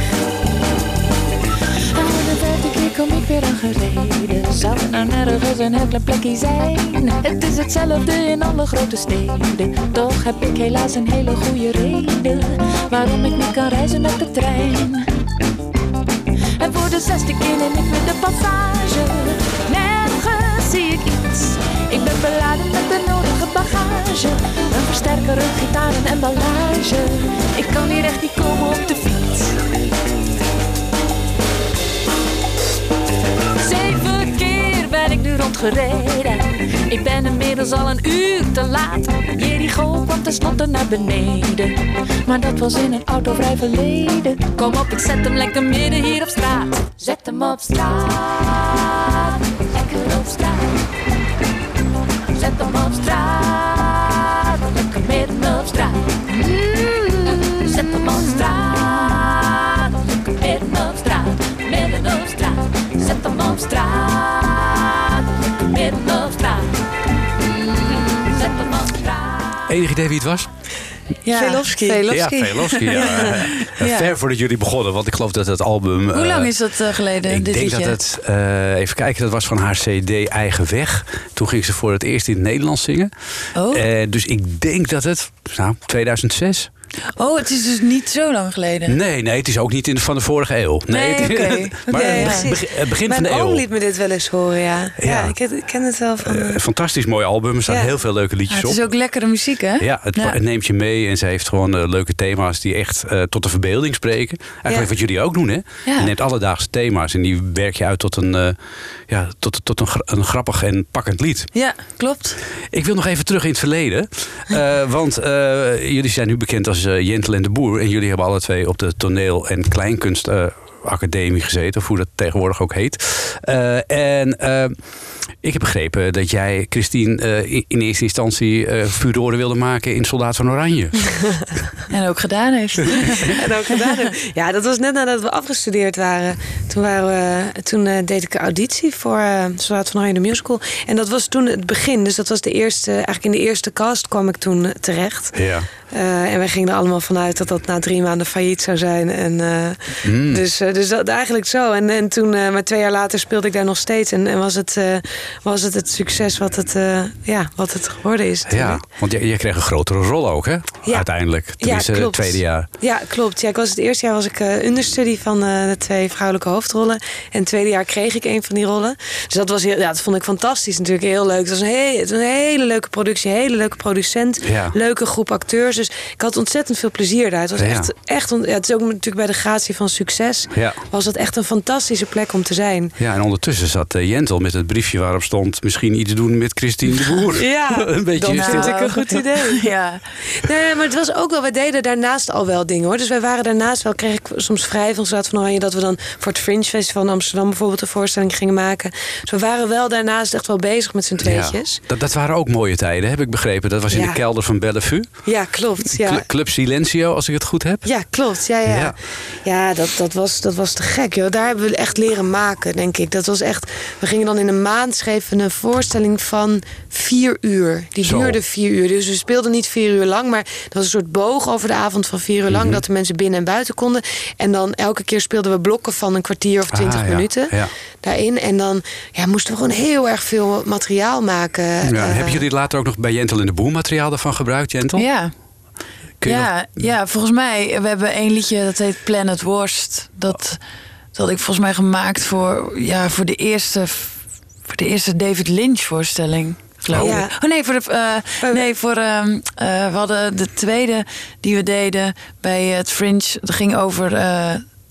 En voor de derde keer kom ik weer aangereden. Zou er nou nergens een heel klein plekje zijn? Het is hetzelfde in alle grote steden. Toch heb ik helaas een hele goede reden waarom ik niet kan reizen met de trein. En voor de zesde keer neem ik weer de passage. Nergens zie ik iets. Ik ben beladen met de nodige bagage. Een versterker, een gitaar en emballage. Ik kan hier echt niet komen op de fiets. Zeven keer ben ik nu rondgereden. Ik ben inmiddels al een uur te laat. Jericho kwam tenslotte naar beneden. Maar dat was in een autovrij verleden. Kom op, ik zet hem lekker midden hier op straat. Zet hem op straat. Lekker op straat. Zet hem op straat. Lekker midden op straat. Mm. Zet hem op straat. Lekker midden op straat. Midden op straat. Zet hem op straat. Lekker midden op straat. Mm. Zet hem op straat. Enig idee wie het was? Ja, Velofsky. Ja, Velofsky. Ja. Ja. Ver voordat jullie begonnen, want ik geloof dat het album... Hoe lang uh, is dat uh, geleden? Ik dit denk liedje? dat het... Uh, even kijken, dat was van haar cd Eigen Weg. Toen ging ze voor het eerst in het Nederlands zingen. Oh. Uh, dus ik denk dat het... Nou, tweeduizend zes... Oh, het is dus niet zo lang geleden. Nee, nee, het is ook niet in de, van de vorige eeuw. Nee, Nee, het, okay. maar Okay, het ja. begin, het begin van de Mijn eeuw. oom liet me dit wel eens horen, ja. Ja, Ja. ik, ik ken het wel van... Uh, fantastisch mooi album. Er staan Ja. heel veel leuke Ja, liedjes het op. is ook lekkere muziek, hè? Ja, het, Ja. het neemt je mee en ze heeft gewoon uh, leuke thema's die echt uh, tot de verbeelding spreken. Eigenlijk Ja. wat jullie ook doen, hè? Ja. Je neemt alledaagse thema's en die werk je uit tot een, uh, ja, tot, tot een, gra- een grappig en pakkend lied. Ja, klopt. Ik wil nog even terug in het verleden. Uh, want uh, jullie zijn nu bekend als uh, Jentel en de Boer. En jullie hebben alle twee op de toneel- en kleinkunstacademie uh, gezeten. Of hoe dat tegenwoordig ook heet. Uh, en uh, ik heb begrepen dat jij, Christine, uh, in, in eerste instantie uh, furoren wilde maken in Soldaat van Oranje. En ook gedaan heeft. En ook gedaan hebben. Ja, dat was net nadat we afgestudeerd waren. Toen, waren we, toen uh, deed ik een auditie voor uh, Soldaat van Oranje de musical. En dat was toen het begin. Dus dat was de eerste, eigenlijk in de eerste cast kwam ik toen uh, terecht. Ja. Uh, en wij gingen er allemaal vanuit dat dat na drie maanden failliet zou zijn. En, uh, Mm. Dus, uh, dus dat eigenlijk zo. En, en toen, uh, maar twee jaar later speelde ik daar nog steeds. En, en was, het, uh, was het het succes wat het, uh, ja, wat het geworden is. Ja, want jij, jij kreeg een grotere rol ook, hè? Ja. Uiteindelijk. Tenminste, Ja, het klopt. tweede jaar. Ja, klopt. Ja, ik was het eerste jaar was ik uh, understudy van uh, de twee vrouwelijke hoofdrollen. En het tweede jaar kreeg ik een van die rollen. Dus dat, was heel, ja, dat vond ik fantastisch. Natuurlijk heel leuk. Het was een, he- het was een hele leuke productie. Een hele leuke producent. Ja. Leuke groep acteurs. Dus ik had ontzettend veel plezier daar. Het was Ja. echt, echt on- ja, het is ook natuurlijk bij de gratie van succes. Ja. Was het echt een fantastische plek om te zijn. Ja, en ondertussen zat uh, Jentel met het briefje waarop stond... misschien iets doen met Christine de Boer. Ja, een beetje dat stil. vind ik een goed idee. Ja. Nee, maar het was ook wel, wij deden daarnaast al wel dingen hoor. Dus wij waren daarnaast wel, kreeg ik soms vrij van Soldaat van Oranje, dat we dan voor het Fringe Festival in Amsterdam bijvoorbeeld een voorstelling gingen maken. Dus we waren wel daarnaast echt wel bezig met z'n tweetjes. Ja, dat, dat waren ook mooie tijden, heb ik begrepen. Dat was in Ja. de kelder van Bellevue. Ja, klopt. Ja. Cl- Club Silencio, als ik het goed heb. Ja, klopt. Ja, ja. Ja. ja. dat, dat, was, dat was te gek. Joh. Daar hebben we echt leren maken, denk ik. Dat was echt. We gingen dan in een maand schreven een voorstelling van vier uur. Die Zo. duurde vier uur. Dus we speelden niet vier uur lang, maar dat was een soort boog over de avond van vier uur lang, Mhm. dat de mensen binnen en buiten konden. En dan elke keer speelden we blokken van een kwartier of twintig Ah, ja. minuten Ja. daarin. En dan ja, moesten we gewoon heel erg veel materiaal maken. Ja, Eh, hebben jullie later ook nog bij Jentel en de Boer materiaal daarvan gebruikt, Jentel? Ja. Kun je Ja, ja, volgens mij, we hebben één liedje dat heet Planet Worst. Dat, dat had ik volgens mij gemaakt voor, ja, voor, de, eerste, voor de eerste David Lynch voorstelling. Geloof Ja. ik. Oh nee, voor de, uh, nee, voor, uh, uh, we hadden de tweede die we deden bij het Fringe. Dat ging over, uh,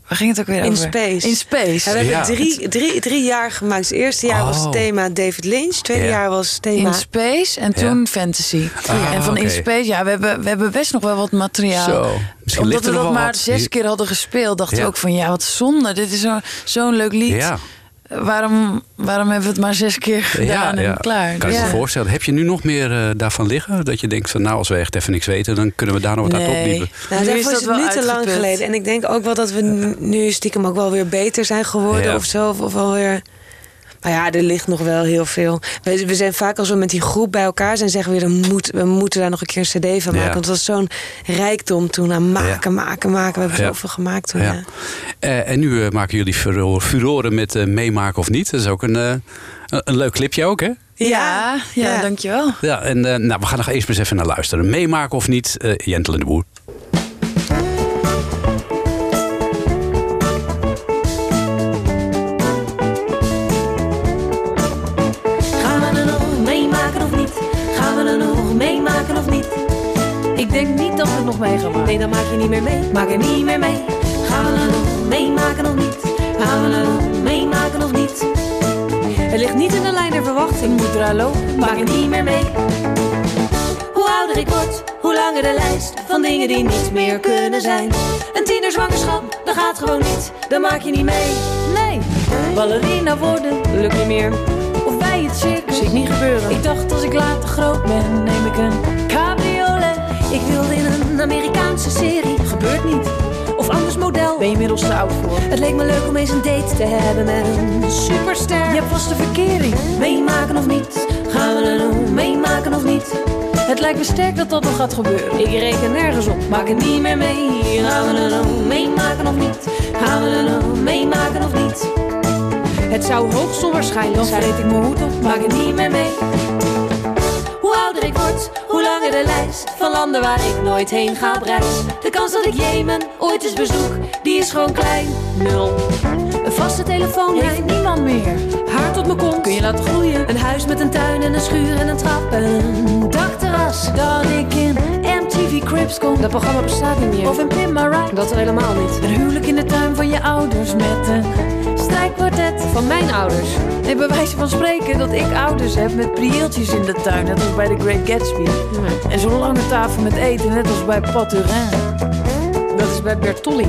Waar ging het ook weer In over? Space. In Space. Ja, we hebben Ja. drie, drie, drie jaar gemaakt. Het eerste jaar Oh. was het thema David Lynch. Het tweede Ja. jaar was het thema... In Space en Ja. toen Fantasy. Ah, en van oké. In Space, ja, we hebben, we hebben best nog wel wat materiaal. Zo. Misschien Omdat ligt er we nog dat wel maar wat. zes keer hadden gespeeld, dachten Ja. we ook van ja, wat zonde. Dit is zo, zo'n leuk lied. Ja. Waarom, waarom hebben we het maar zes keer gedaan en klaar? Kan je Ja. je voorstellen? Heb je nu nog meer uh, daarvan liggen? Dat je denkt van nou, als we echt even niks weten, dan kunnen we daar nog wat uit Nee. opdiepen. Nou, Nu daarvoor is is dat het wel nu te lang uitgeput. geleden. En ik denk ook wel dat we n- nu stiekem ook wel weer beter zijn geworden Ja. of zo. Of, of alweer... Maar ja, er ligt nog wel heel veel. We, we zijn vaak als we met die groep bij elkaar zijn, zeggen we weer, dan moet, we moeten daar nog een keer een cd van maken. Ja. Want het was zo'n rijkdom toen aan maken, maken, maken. We hebben Ja. zoveel gemaakt toen. Ja. Ja. Uh, en nu uh, maken jullie furore, furoren met uh, meemaken of niet. Dat is ook een, uh, een, een leuk clipje ook, hè? Ja, ja, Ja. dankjewel. Ja, en uh, nou, we gaan nog eens eens even naar luisteren. Meemaken of niet, uh, Jentel en de Boer. Gaan we er nog meemaken of niet? Gaan we er nog meemaken of niet? Ik denk niet dat we het nog mee gaan maken. Nee, dan maak je niet meer mee. Maak er niet meer mee. Gaan we er nog meemaken of niet? Gaan we er nog meemaken of niet? Het ligt niet in de lijn der verwachting. Ik moet eraan lopen. Maak er niet meer mee. Hoe ouder ik word, hoe langer de lijst van dingen die niet meer kunnen zijn. Een tienerzwangerschap, dat gaat gewoon niet. Dan maak je niet mee. Nee, ballerina worden. Lukt niet meer. Of bij het circus. Zie ik niet gebeuren. Ik dacht als ik later groot ben, neem ik een cabriolet. Ik wilde in een Amerikaanse serie. Gebeurt niet. Of anders model. Ben je inmiddels te oud voor? Het leek me leuk om eens een date te hebben met een superster. Je hebt vast de verkering. Meemaken of niet? Gaan we er nog meemaken of niet? Het lijkt me sterk dat dat nog gaat gebeuren. Ik reken nergens op. Maak het niet meer mee. Gaan we er nog meemaken of niet? Gaan we er nog meemaken of niet? Het zou hoogst onwaarschijnlijk Dan zijn. vreet ik mijn hoed op. Maak het niet meer mee. Hoe ouder ik word, hoe langer de lijst van landen waar ik nooit heen ga op reis. De kans dat ik Jemen ooit eens bezoek, die is gewoon klein. Nul. Een vaste telefoonlijn, Heeft niemand meer. haar tot mijn kont. Kun je laten groeien. Een huis met een tuin en een schuur en een trap en een dakterras. Dan ik in M T V Cribs kom. Dat programma bestaat niet meer. Of een Pin My Ride. Dat helemaal niet. Een huwelijk in de tuin van je ouders met een strijkkwartet. Van mijn ouders. Nee, bij wijze van spreken dat ik ouders heb met prieeltjes in de tuin. Net als bij The Great Gatsby. En zo'n lange tafel met eten, net als bij Paturin. Dat is bij Bertolli.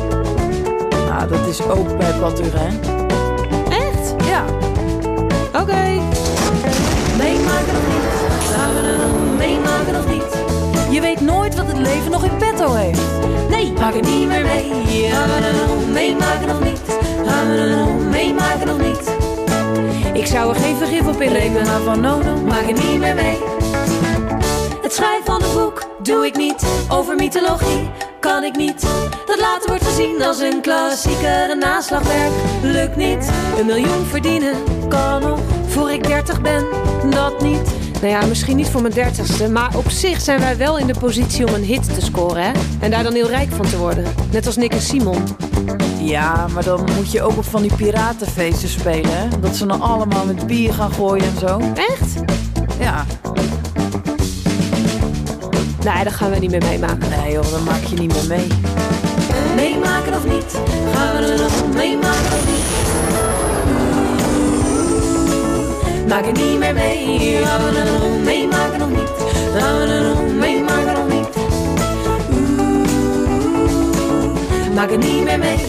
Nou, dat is ook bij Paturin. Echt? Ja. Oké. Okay. Meemaken of niet? Gaan we er nog meemaken of niet? Je weet nooit wat het leven nog in petto heeft. Nee, maak het niet meer mee. Gaan we er nog meemaken of niet? Gaan we er nog meemaken of niet? Ik zou er geen vergif op Reken innemen. maar van nodig. Maak het niet meer mee. Het schrijven van een boek doe ik niet. Over mythologie kan ik niet. Dat later wordt gezien als een klassieker. Een naslagwerk lukt niet. Een miljoen verdienen kan nog voor ik dertig ben. Dat niet. Nou ja, misschien niet voor mijn dertigste. Maar op zich zijn wij wel in de positie om een hit te scoren, hè? En daar dan heel rijk van te worden. Net als Nick en Simon. Ja, maar dan moet je ook op van die piratenfeesten spelen, hè? Dat ze dan allemaal met bier gaan gooien en zo. Echt? Ja. Nee, dat gaan we niet meer meemaken. Nee joh, dan maak je niet meer mee. Meemaken of niet? Gaan we er nog meemaken of niet? Maak het niet meer mee. Gaan we er nog meemaken of niet? Gaan we er nog meemaken of niet? Maak het niet meer mee.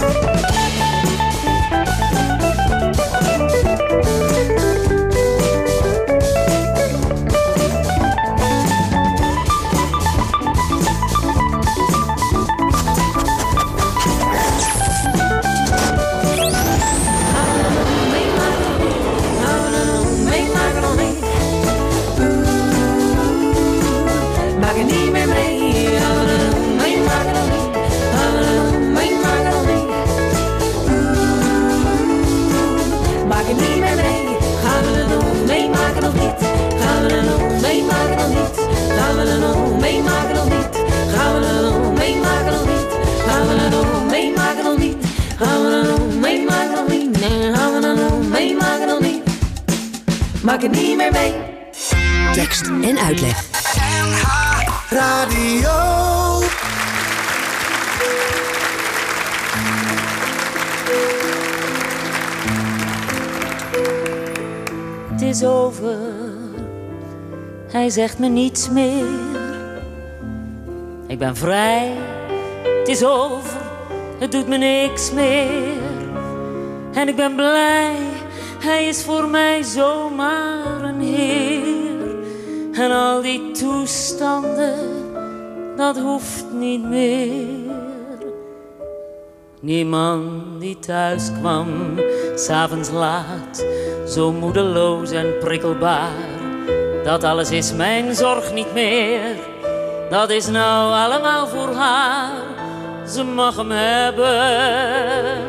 Maak het niet meer mee. Tekst en uitleg. N H Radio. het is over. Hij zegt me niets meer. Ik ben vrij, het is over. Het doet me niks meer. En ik ben blij, hij is voor mij zomaar een heer. En al die toestanden, dat hoeft niet meer. Niemand die thuis kwam, 's avonds laat, zo moedeloos en prikkelbaar. Dat alles is mijn zorg niet meer. Dat is nou allemaal voor haar. Ze mag hem hebben.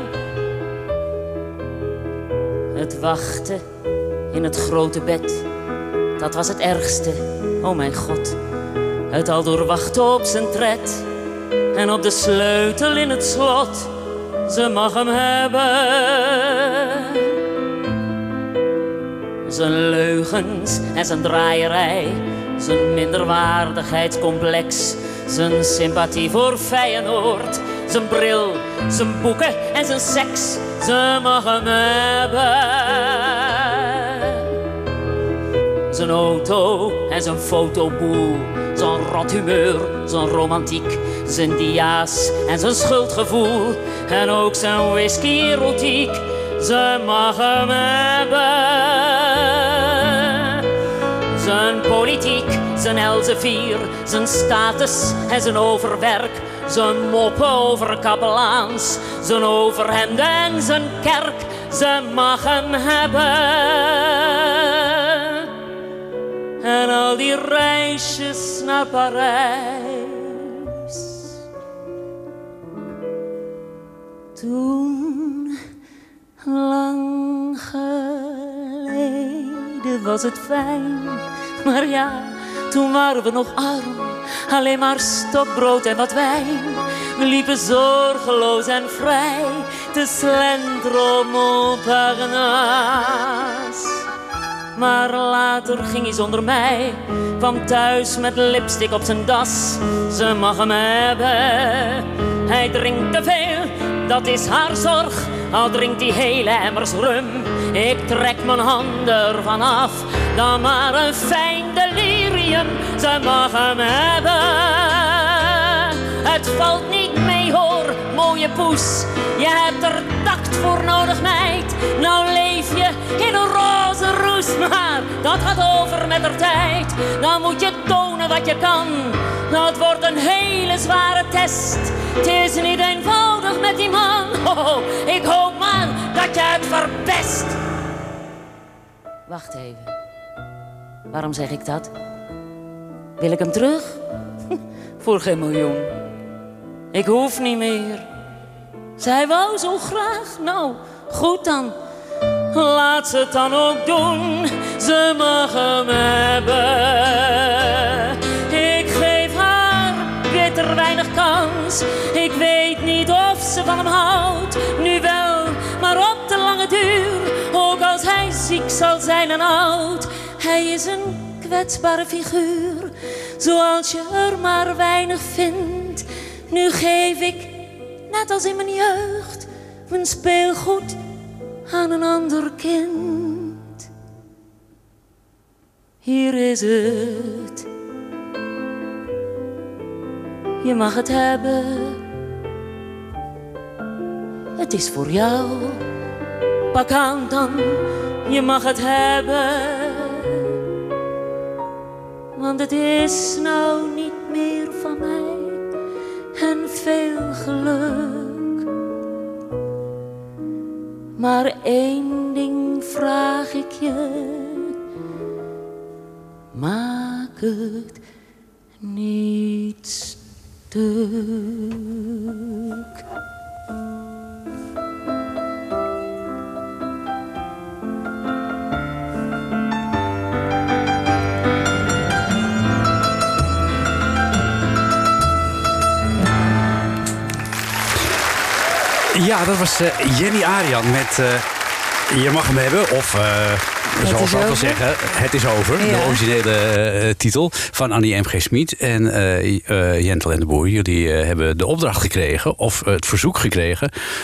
Het wachten in het grote bed, dat was het ergste, oh mijn God. Het al doorwachten op zijn tred en op de sleutel in het slot. Ze mag hem hebben. Zijn leugens en zijn draaierij, zijn minderwaardigheidscomplex, zijn sympathie voor Feyenoord, zijn bril, zijn boeken en zijn seks. Ze mag hem hebben. Zijn auto en zijn fotoboel, zijn rot humeur, zijn romantiek, zijn dia's en zijn schuldgevoel en ook zijn whisky-erotiek. Ze mag hem hebben. Zijn politiek, zijn Elsevier, zijn status en zijn overwerk, zijn moppen over kapelaans, zijn overhemden en zijn kerk. Ze mag hem hebben. En al die reisjes naar Parijs. Toen, lang geleden, was het fijn. Maar ja, toen waren we nog arm. Alleen maar stokbrood en wat wijn. We liepen zorgeloos en vrij te slenteren op Montparnasse. Maar later ging hij zonder mij, kwam thuis met lipstick op zijn das. Ze mag hem hebben. Hij drinkt te veel, dat is haar zorg. Al drinkt hij hele emmers rum. Ik trek mijn handen ervan af. Dan maar een fijn delirium. Ze mag hem hebben. Het valt niet mee hoor, mooie poes. Je hebt er tact voor nodig meid. Nou leef je in een roze roes. Maar dat gaat over met de tijd. Dan moet je tonen wat je kan. Dat wordt een hele zware test. Het is niet eenvoudig met die man. Oh, ik hoop maar dat je het verpest. Wacht even. Waarom zeg ik dat? Wil ik hem terug? Voor geen miljoen. Ik hoef niet meer. Zij wou zo graag. Nou, goed dan. Laat ze het dan ook doen. Ze mag hem hebben. Ik geef haar bitter weinig kans. Ik weet niet of ze van hem houdt. Nu wel, maar op de lange duur. Ook als hij ziek zal zijn en oud. Hij is een kwetsbare figuur. Zoals je er maar weinig vindt. Nu geef ik, net als in mijn jeugd, mijn speelgoed aan een ander kind. Hier is het. Je mag het hebben. Het is voor jou. Pak aan dan. Je mag het hebben. Want het is nou niet meer van mij. En veel geluk. Maar één ding vraag ik je. Maak het niet stuk. Ja, dat was uh, Jenny Arian met uh, Je mag hem hebben. Of uh, zoals ik al zeggen, Het is over. Ja. De originele uh, titel van Annie M G. Schmid. En uh, uh, Jentel en de Boer, jullie uh, hebben de opdracht gekregen. Of uh, het verzoek gekregen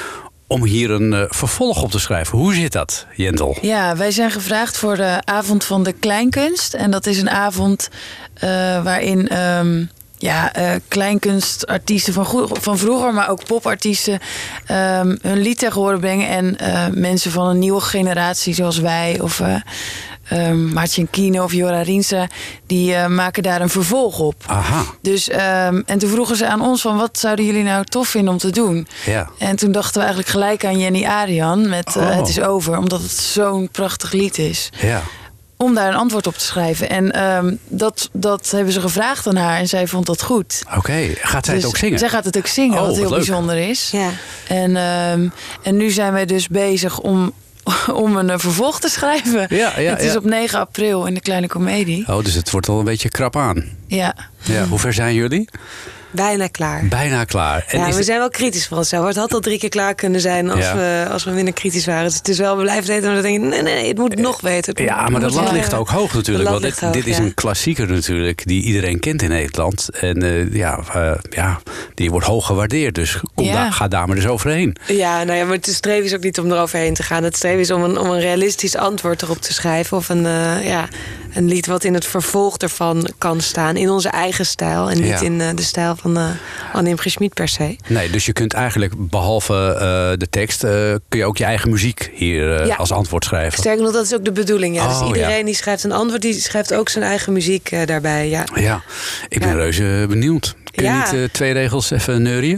om hier een uh, vervolg op te schrijven. Hoe zit dat, Jentel? Ja, wij zijn gevraagd voor de avond van de kleinkunst. En dat is een avond uh, waarin um, ja, uh, kleinkunstartiesten van, go- van vroeger, maar ook popartiesten um, hun lied tegen horen brengen. En uh, mensen van een nieuwe generatie zoals wij of uh, um, Martin Kino of Jora Rinsa, die uh, maken daar een vervolg op. Aha. Dus, um, en toen vroegen ze aan ons van wat zouden jullie nou tof vinden om te doen? Ja. En toen dachten we eigenlijk gelijk aan Jenny Arian met uh, Oh. Het is over, omdat het zo'n prachtig lied is. Ja. Om daar een antwoord op te schrijven. En um, dat, dat hebben ze gevraagd aan haar en zij vond dat goed. Oké, okay. Gaat zij dus het ook zingen? Zij gaat het ook zingen, Oh, wat heel wat leuk. bijzonder is. Ja. En, um, en nu zijn wij dus bezig om, om een uh, vervolg te schrijven. Ja, ja, het is ja. op negen april in de Kleine Comedie. Oh, dus het wordt al een beetje krap aan. Ja. Ja, hoe ver zijn jullie? Bijna klaar. Bijna klaar. En ja, is we het... zijn wel kritisch voor onszelf. Het had al drie keer klaar kunnen zijn als, Ja. we, als we minder kritisch waren. Dus het is wel, we blijven weten, maar dan denk ik, nee, nee, het moet nog beter. Het Ja, moet- maar dat moet- lat ja. ligt ook hoog natuurlijk. De lat Want dit, ligt hoog, dit is ja. een klassieker natuurlijk die iedereen kent in Nederland. En uh, ja, uh, ja, die wordt hoog gewaardeerd. Dus kom Ja. daar, ga daar maar eens overheen. Ja, nou ja, maar het streven is ook niet om eroverheen te gaan. Het streven is om een, om een realistisch antwoord erop te schrijven. Of een, uh, ja, een lied wat in het vervolg ervan kan staan. In onze eigen stijl. En niet Ja. in uh, de stijl van uh, Anne Imre Schmid per se. Nee, dus je kunt eigenlijk behalve uh, de tekst, uh, kun je ook je eigen muziek hier uh, Ja. als antwoord schrijven. Sterker nog, dat is ook de bedoeling. Ja. Oh, dus iedereen ja. die schrijft een antwoord, die schrijft ook zijn eigen muziek uh, daarbij. Ja. Ja, ik ben Ja. reuze benieuwd. Kun je Ja. niet uh, twee regels even neurien?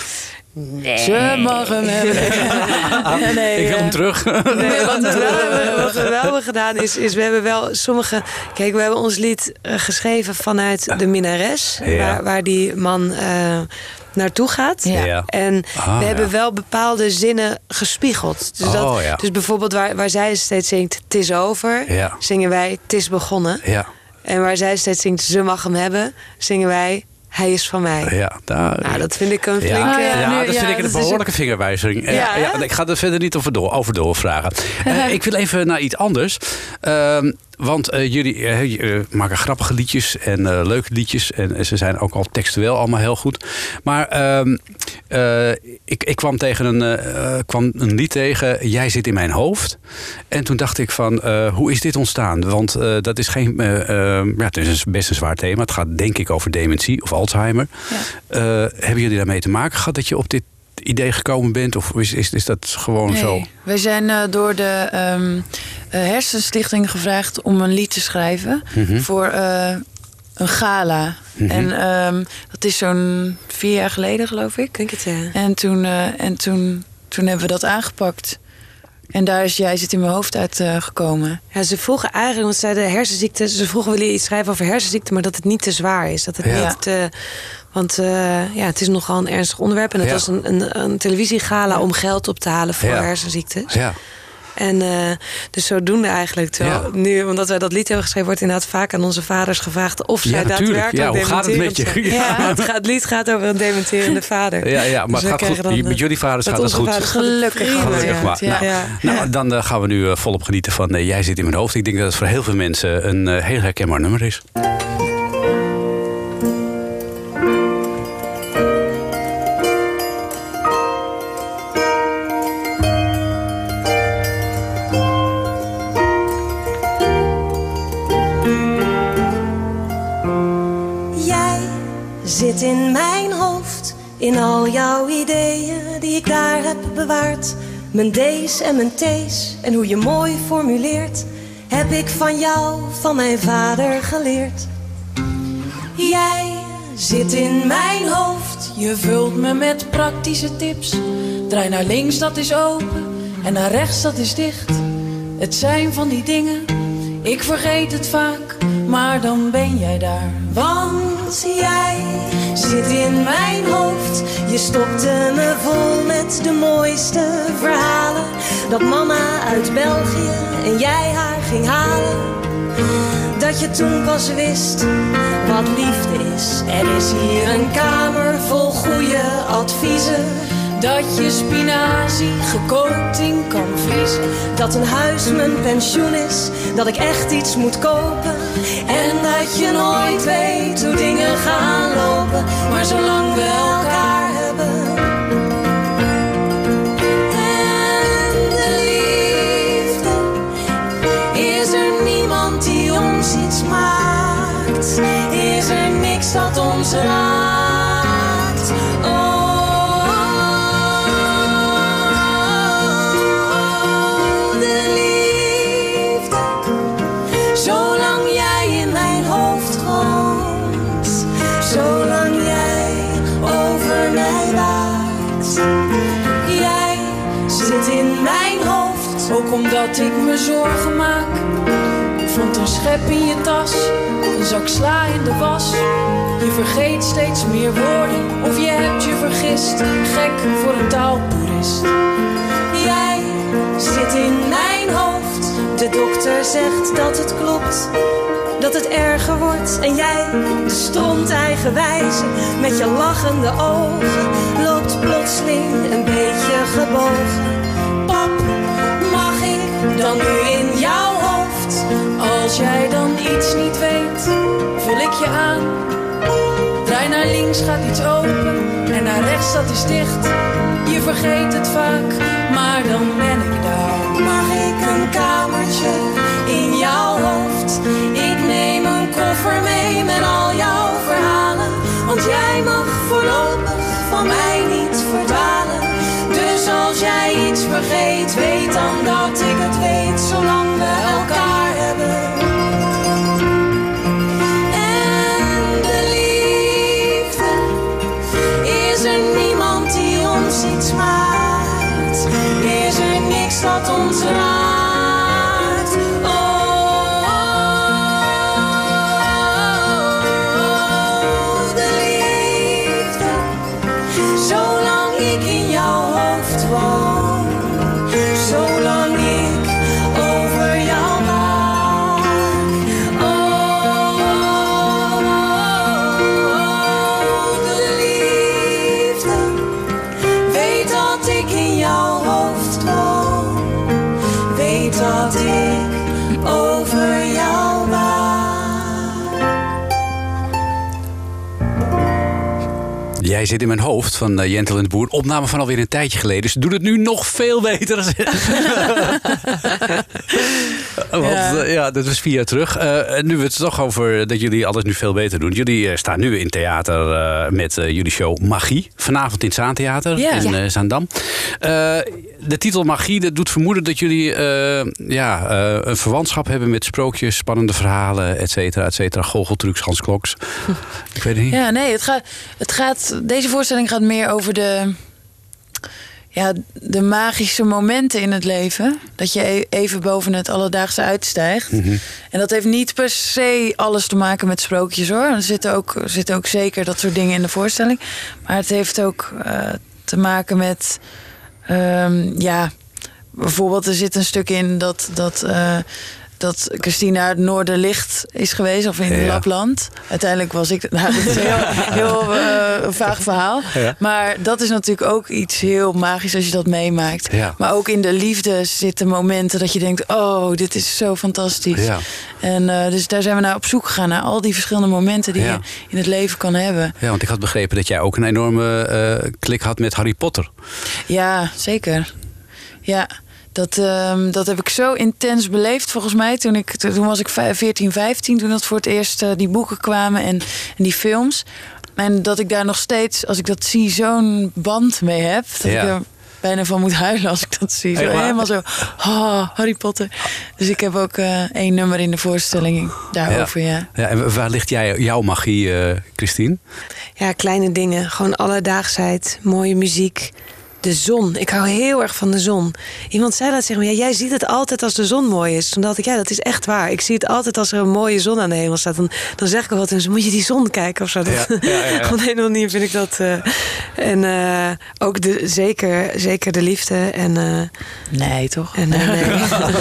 Nee. Ze mag hem hebben. nee, ik wil uh, hem terug. Nee, wat, we wel hebben, wat we wel hebben gedaan is, is we hebben wel sommige... Kijk, we hebben ons lied uh, geschreven vanuit de minnares. Ja. Waar, waar die man uh, naartoe gaat. Ja. Ja. En Ah, we hebben ja. wel bepaalde zinnen gespiegeld. Dus, dat, Oh, ja. dus bijvoorbeeld waar, waar zij steeds zingt, het is over, Ja. zingen wij, het is begonnen. Ja, En waar zij steeds zingt, ze mag hem hebben, zingen wij, hij is van mij. ja, daar, Nou, dat vind ik een flinke... Ja, Ah, ja, ja, nu- dat ja, vind ik dat een is behoorlijke vingerwijzing. Ja, Ja, ja, hè? ik ga er verder niet over, door, over doorvragen. Uh, ik wil even naar iets anders. Uh, want uh, jullie uh, uh, maken grappige liedjes en uh, leuke liedjes. En, en ze zijn ook al textueel allemaal heel goed. Maar uh, uh, ik, ik kwam, tegen een, uh, kwam een lied tegen, Jij zit in mijn hoofd. En toen dacht ik van, uh, hoe is dit ontstaan? Want uh, dat is geen... Uh, uh, ja, het is best een zwaar thema. Het gaat denk ik over dementie of Alzheimer. Ja. Uh, hebben jullie daarmee te maken gehad dat je op dit idee gekomen bent? Of is, is, is dat gewoon nee. zo? Wij zijn uh, door de um, uh, Hersenstichting gevraagd om een lied te schrijven Mm-hmm. voor uh, een gala. Mm-hmm. En um, dat is zo'n vier jaar geleden, geloof ik. Denk het, ja. En toen, uh, en toen, toen hebben we dat aangepakt. En daar is Jij zit in mijn hoofd uit uh, gekomen. Ja, ze vroegen eigenlijk, want ze zeiden hersenziekte. Ze vroegen, willen iets schrijven over hersenziekte, maar dat het niet te zwaar is. Dat het Ja. niet te... Want uh, ja, het is nogal een ernstig onderwerp. En het Ja. was een, een, een televisiegala om geld op te halen voor Ja. hersenziektes. Ja. En uh, dus zodoende eigenlijk. Terwijl Ja. nu, omdat wij dat lied hebben geschreven, wordt inderdaad vaak aan onze vaders gevraagd of zij Ja, natuurlijk. daadwerkelijk Ja, hoe gaat het met je? dementerend zijn. Ja. Ja, het, gaat, het lied gaat over een dementerende vader. Ja, ja, maar Dus het wij gaat krijgen goed. dan, uh, Met jullie vaders met gaat het onze goed. vaders gaat het Gelukkig prima, wel. Gelukkig ja. maar. Ja. Nou, Ja. nou, Ja. dan uh, gaan we nu uh, volop genieten van uh, Jij zit in mijn hoofd. Ik denk dat het voor heel veel mensen een uh, heel herkenbaar nummer is. Jij zit in mijn hoofd, in al jouw ideeën die ik daar heb bewaard. Mijn D's en mijn T's en hoe je mooi formuleert, heb ik van jou, van mijn vader geleerd. Jij zit in mijn hoofd. Je vult me met praktische tips. Draai naar links, dat is open. En naar rechts, dat is dicht. Het zijn van die dingen, ik vergeet het vaak. Maar dan ben jij daar. Want jij zit in mijn hoofd. Je stopte me vol met de mooiste verhalen. Dat mama uit België en jij haar ging halen. Dat je toen pas wist wat liefde is. Er is hier een kamer vol goede adviezen. Dat je spinazie gekookt in kan vriezen. Dat een huis mijn pensioen is. Dat ik echt iets moet kopen. En dat je nooit weet hoe dingen gaan lopen. Maar zolang we elkaar hebben, ons iets maakt, is er niks dat ons raakt. Oh, de liefde, zolang jij in mijn hoofd woont, zolang jij over mij waakt. Jij zit in mijn hoofd, ook omdat ik me zorgen maak. Je vond een schep in je tas, een zak sla in de was. Je vergeet steeds meer woorden, of je hebt je vergist. Gek voor een taalpurist. Jij zit in mijn hoofd. De dokter zegt dat het klopt, dat het erger wordt. En jij, de stront eigenwijze, met je lachende ogen, loopt plotseling een beetje gebogen. Pap, mag ik dan nu in jouw hoofd? Als jij dan iets niet weet, vul ik je aan. Draai naar links, gaat iets open, en naar rechts, dat is dicht. Je vergeet het vaak, maar dan ben ik daar. Mag ik een kamertje in jouw hoofd? Ik neem een koffer mee met al jouw verhalen, want jij mag voorlopig van mij niet verdwalen. Dus als jij iets vergeet, weet dan dat ik het weet, zolang we elkaar hebben. En de liefde, is er niemand die ons iets maakt, is er niks dat ons raakt. Oh, de liefde, zolang ik in jouw hoofd woon, zolang ik over jou waak. Oh, de liefde, weet dat ik in jouw hoofd woon, weet dat ik over jou waak. Jij zit in mijn hoofd van uh, Jentel en de Boer. Opname van alweer een tijdje geleden. Ze doen het nu nog veel beter. Want ja. Uh, ja, dat was vier jaar terug. Uh, nu we het toch over dat jullie alles nu veel beter doen. Jullie uh, staan nu in theater uh, met uh, jullie show Magie. Vanavond in het Zaantheater ja. in uh, Zaandam. Uh, de titel Magie, dat doet vermoeden dat jullie uh, ja, uh, een verwantschap hebben met sprookjes, spannende verhalen, et cetera, et cetera. Goocheltrucs, Hans Kloks. Ik weet het niet. Ja, nee, het gaat, het gaat, deze voorstelling gaat meer over de, ja, de magische momenten in het leven. Dat je even boven het alledaagse uitstijgt. Mm-hmm. En dat heeft niet per se alles te maken met sprookjes, hoor. Er zitten ook, er zitten ook zeker dat soort dingen in de voorstelling. Maar het heeft ook uh, te maken met, um, ja, bijvoorbeeld er zit een stuk in dat, dat, uh, dat Christina uit Noorderlicht is geweest, of in ja. Lapland. Uiteindelijk was ik... Nou, dat is een heel, heel uh, vaag verhaal. Ja. Maar dat is natuurlijk ook iets heel magisch als je dat meemaakt. Ja. Maar ook in de liefde zitten momenten dat je denkt, oh, dit is zo fantastisch. Ja. En uh, dus daar zijn we naar op zoek gegaan, naar al die verschillende momenten die ja. je in het leven kan hebben. Ja, want ik had begrepen dat jij ook een enorme uh, klik had met Harry Potter. Ja, zeker. Ja. Dat, um, dat heb ik zo intens beleefd volgens mij. Toen, ik, toen was ik veertien, vijftien, toen dat voor het eerst uh, die boeken kwamen en, en die films. En dat ik daar nog steeds, als ik dat zie, zo'n band mee heb. Dat ja. ik er bijna van moet huilen als ik dat zie. Zo, helemaal zo, oh, Harry Potter. Dus ik heb ook uh, één nummer in de voorstelling daarover, ja. ja. ja en waar ligt jij, jouw magie, uh, Christine? Ja, kleine dingen. Gewoon alledaagsheid, mooie muziek. De zon. Ik hou heel erg van de zon. Iemand zei dat tegen me. Ja, jij ziet het altijd als de zon mooi is. Toen dacht ik, ja, dat is echt waar. Ik zie het altijd als er een mooie zon aan de hemel staat. Dan, dan zeg ik al wat. Dus moet je die zon kijken of zo. Ja, ja, ja, ja. Op een hele manier vind ik dat. Uh, en uh, ook de, zeker, zeker de liefde. En, uh, nee, toch? En, uh, nee.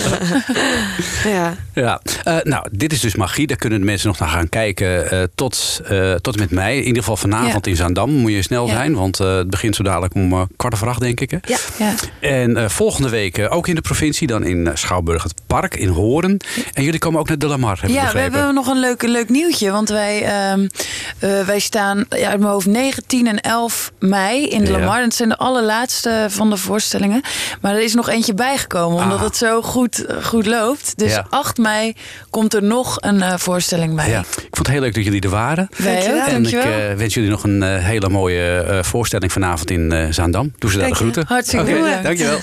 ja. ja. Uh, nou, dit is dus magie. Daar kunnen de mensen nog naar gaan kijken. Uh, tot, uh, tot en met mei. In ieder geval vanavond ja. in Zaandam. Moet je snel ja. zijn. Want uh, het begint zo dadelijk om uh, kwart over Haltegracht, denk ik. Hè? Ja. Ja. En uh, volgende week uh, ook in de provincie, dan in uh, Schouwburg het Park in Hoorn. En jullie komen ook naar De La Mar, heb ik Ja, begrepen. we hebben nog een leuk, leuk nieuwtje. Want wij, uh, uh, wij staan ja, uit mijn hoofd negen, tien en elf mei in De La Mar. Ja. En het zijn de allerlaatste van de voorstellingen. Maar er is nog eentje bijgekomen, omdat Ah. het zo goed, goed loopt. Dus Ja. acht mei komt er nog een uh, voorstelling bij. Ja. Ik vond het heel leuk dat jullie er waren. Wij ook, En ik dankjewel. uh, wens jullie nog een uh, hele mooie uh, voorstelling vanavond in uh, Zaandam. Doe ze daar de groeten. Hartstikke Oké, bedankt. dankjewel.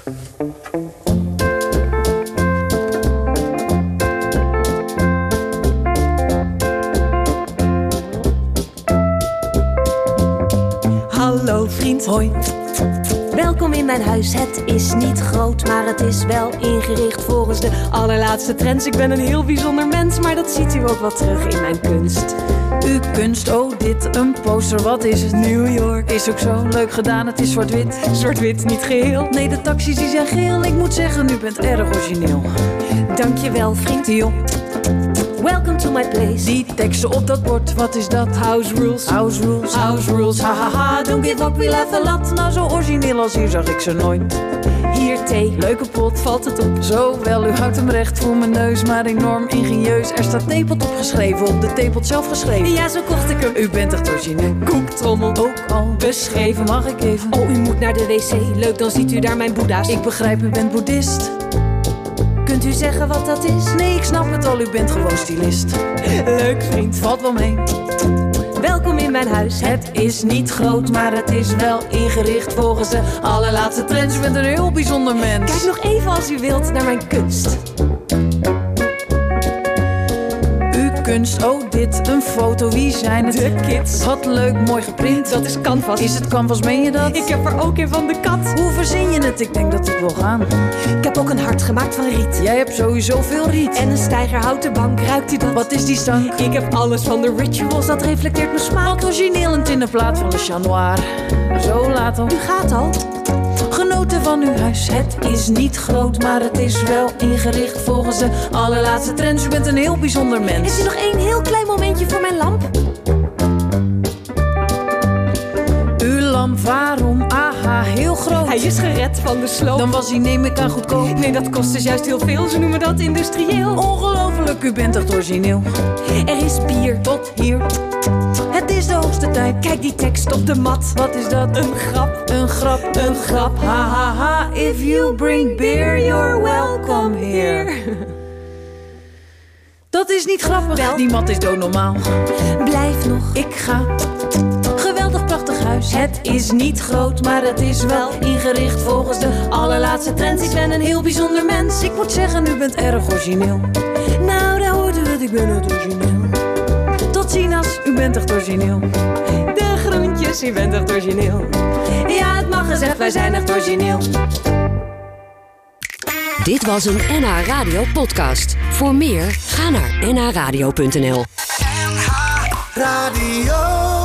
Hallo vriend. Hoi. Welkom in mijn huis. Het is niet groot, maar het is wel ingericht volgens de allerlaatste trends. Ik ben een heel bijzonder mens, maar dat ziet u ook wel terug in mijn kunst. Uw kunst, oh dit, een poster, wat is het? New York. Is ook zo leuk gedaan, het is zwart-wit. Zwart-wit, niet geheel. Nee, de taxis die zijn geel. Ik moet zeggen, u bent erg origineel. Dankjewel vriend. Joh, Welcome to my place. die teksten op dat bord, wat is dat? House rules. House rules, house rules, hahaha. Don't give up, we laugh a lot. Nou, zo origineel als hier zag ik ze nooit. Hier thee. Leuke pot, Valt het op? zo wel, u houdt hem recht voor mijn neus, maar enorm ingenieus. Er staat theepot opgeschreven, op de theepot zelf geschreven. Ja, zo kocht ik hem. U bent echt origineel. Koektrommel. Ook al beschreven, mag ik even? Oh, u moet naar de wc. Leuk, dan ziet u daar mijn boeddha's. Ik begrijp, u bent boeddhist. Kunt u zeggen wat dat is? Nee, ik snap het al, u bent gewoon stylist. Leuk vriend. Valt wel mee. Welkom in mijn huis. Het is niet groot, maar het is wel ingericht volgens de allerlaatste trends. U bent een heel bijzonder mens. Kijk nog even als u wilt naar mijn kunst. Uw kunst, oh dit, een foto, wie zijn het? De kids. Wat leuk, mooi geprint. Dat is canvas. Is het canvas, meen je dat? Ik heb er ook een van de kat. Hoe verzin je het? Ik denk dat ik wil gaan. Ik heb ook een hart gemaakt van riet. Jij hebt sowieso veel riet. En een steigerhouten bank. Ruikt u dat? Wat is die stank? Ik heb alles van de rituals. Dat reflecteert mijn smaak. Wat origineel, een tinnen plaat van Le Chat Noir. Zo laat al. U gaat al. Genoten van uw huis. Het is niet groot, maar het is wel ingericht volgens de allerlaatste trends. U bent een heel bijzonder mens. Heeft u nog één heel klein momentje voor mijn lamp? Uw lamp, waarom? Aha, heel groot. Hij is gered van de sloop. Dan was hij, neem ik aan, goedkoop. Nee, dat kost dus juist heel veel. Ze noemen dat industrieel. Ongelooflijk, u bent echt origineel. Er is bier. Tot hier. Het is de hoogste tijd. Kijk die tekst op de mat. Wat is dat? Een grap. Een grap, een grap. Ha ha ha. If you bring beer, you're welcome here. Dat is niet grappig. Wel. Die mat is doodnormaal. Blijf nog. Ik ga. Geweldig prachtig huis. Het is niet groot, maar het is wel ingericht volgens de allerlaatste trends. Ik ben een heel bijzonder mens. Ik moet zeggen, u bent erg origineel. Nou, daar hoort u dat ik ben het origineel. Tot ziens, u bent echt origineel. De groentjes, u bent echt origineel. Ja, het mag gezegd, wij zijn echt origineel. Dit was een N H Radio podcast. Voor meer, ga naar n h radio punt n l. N H Radio.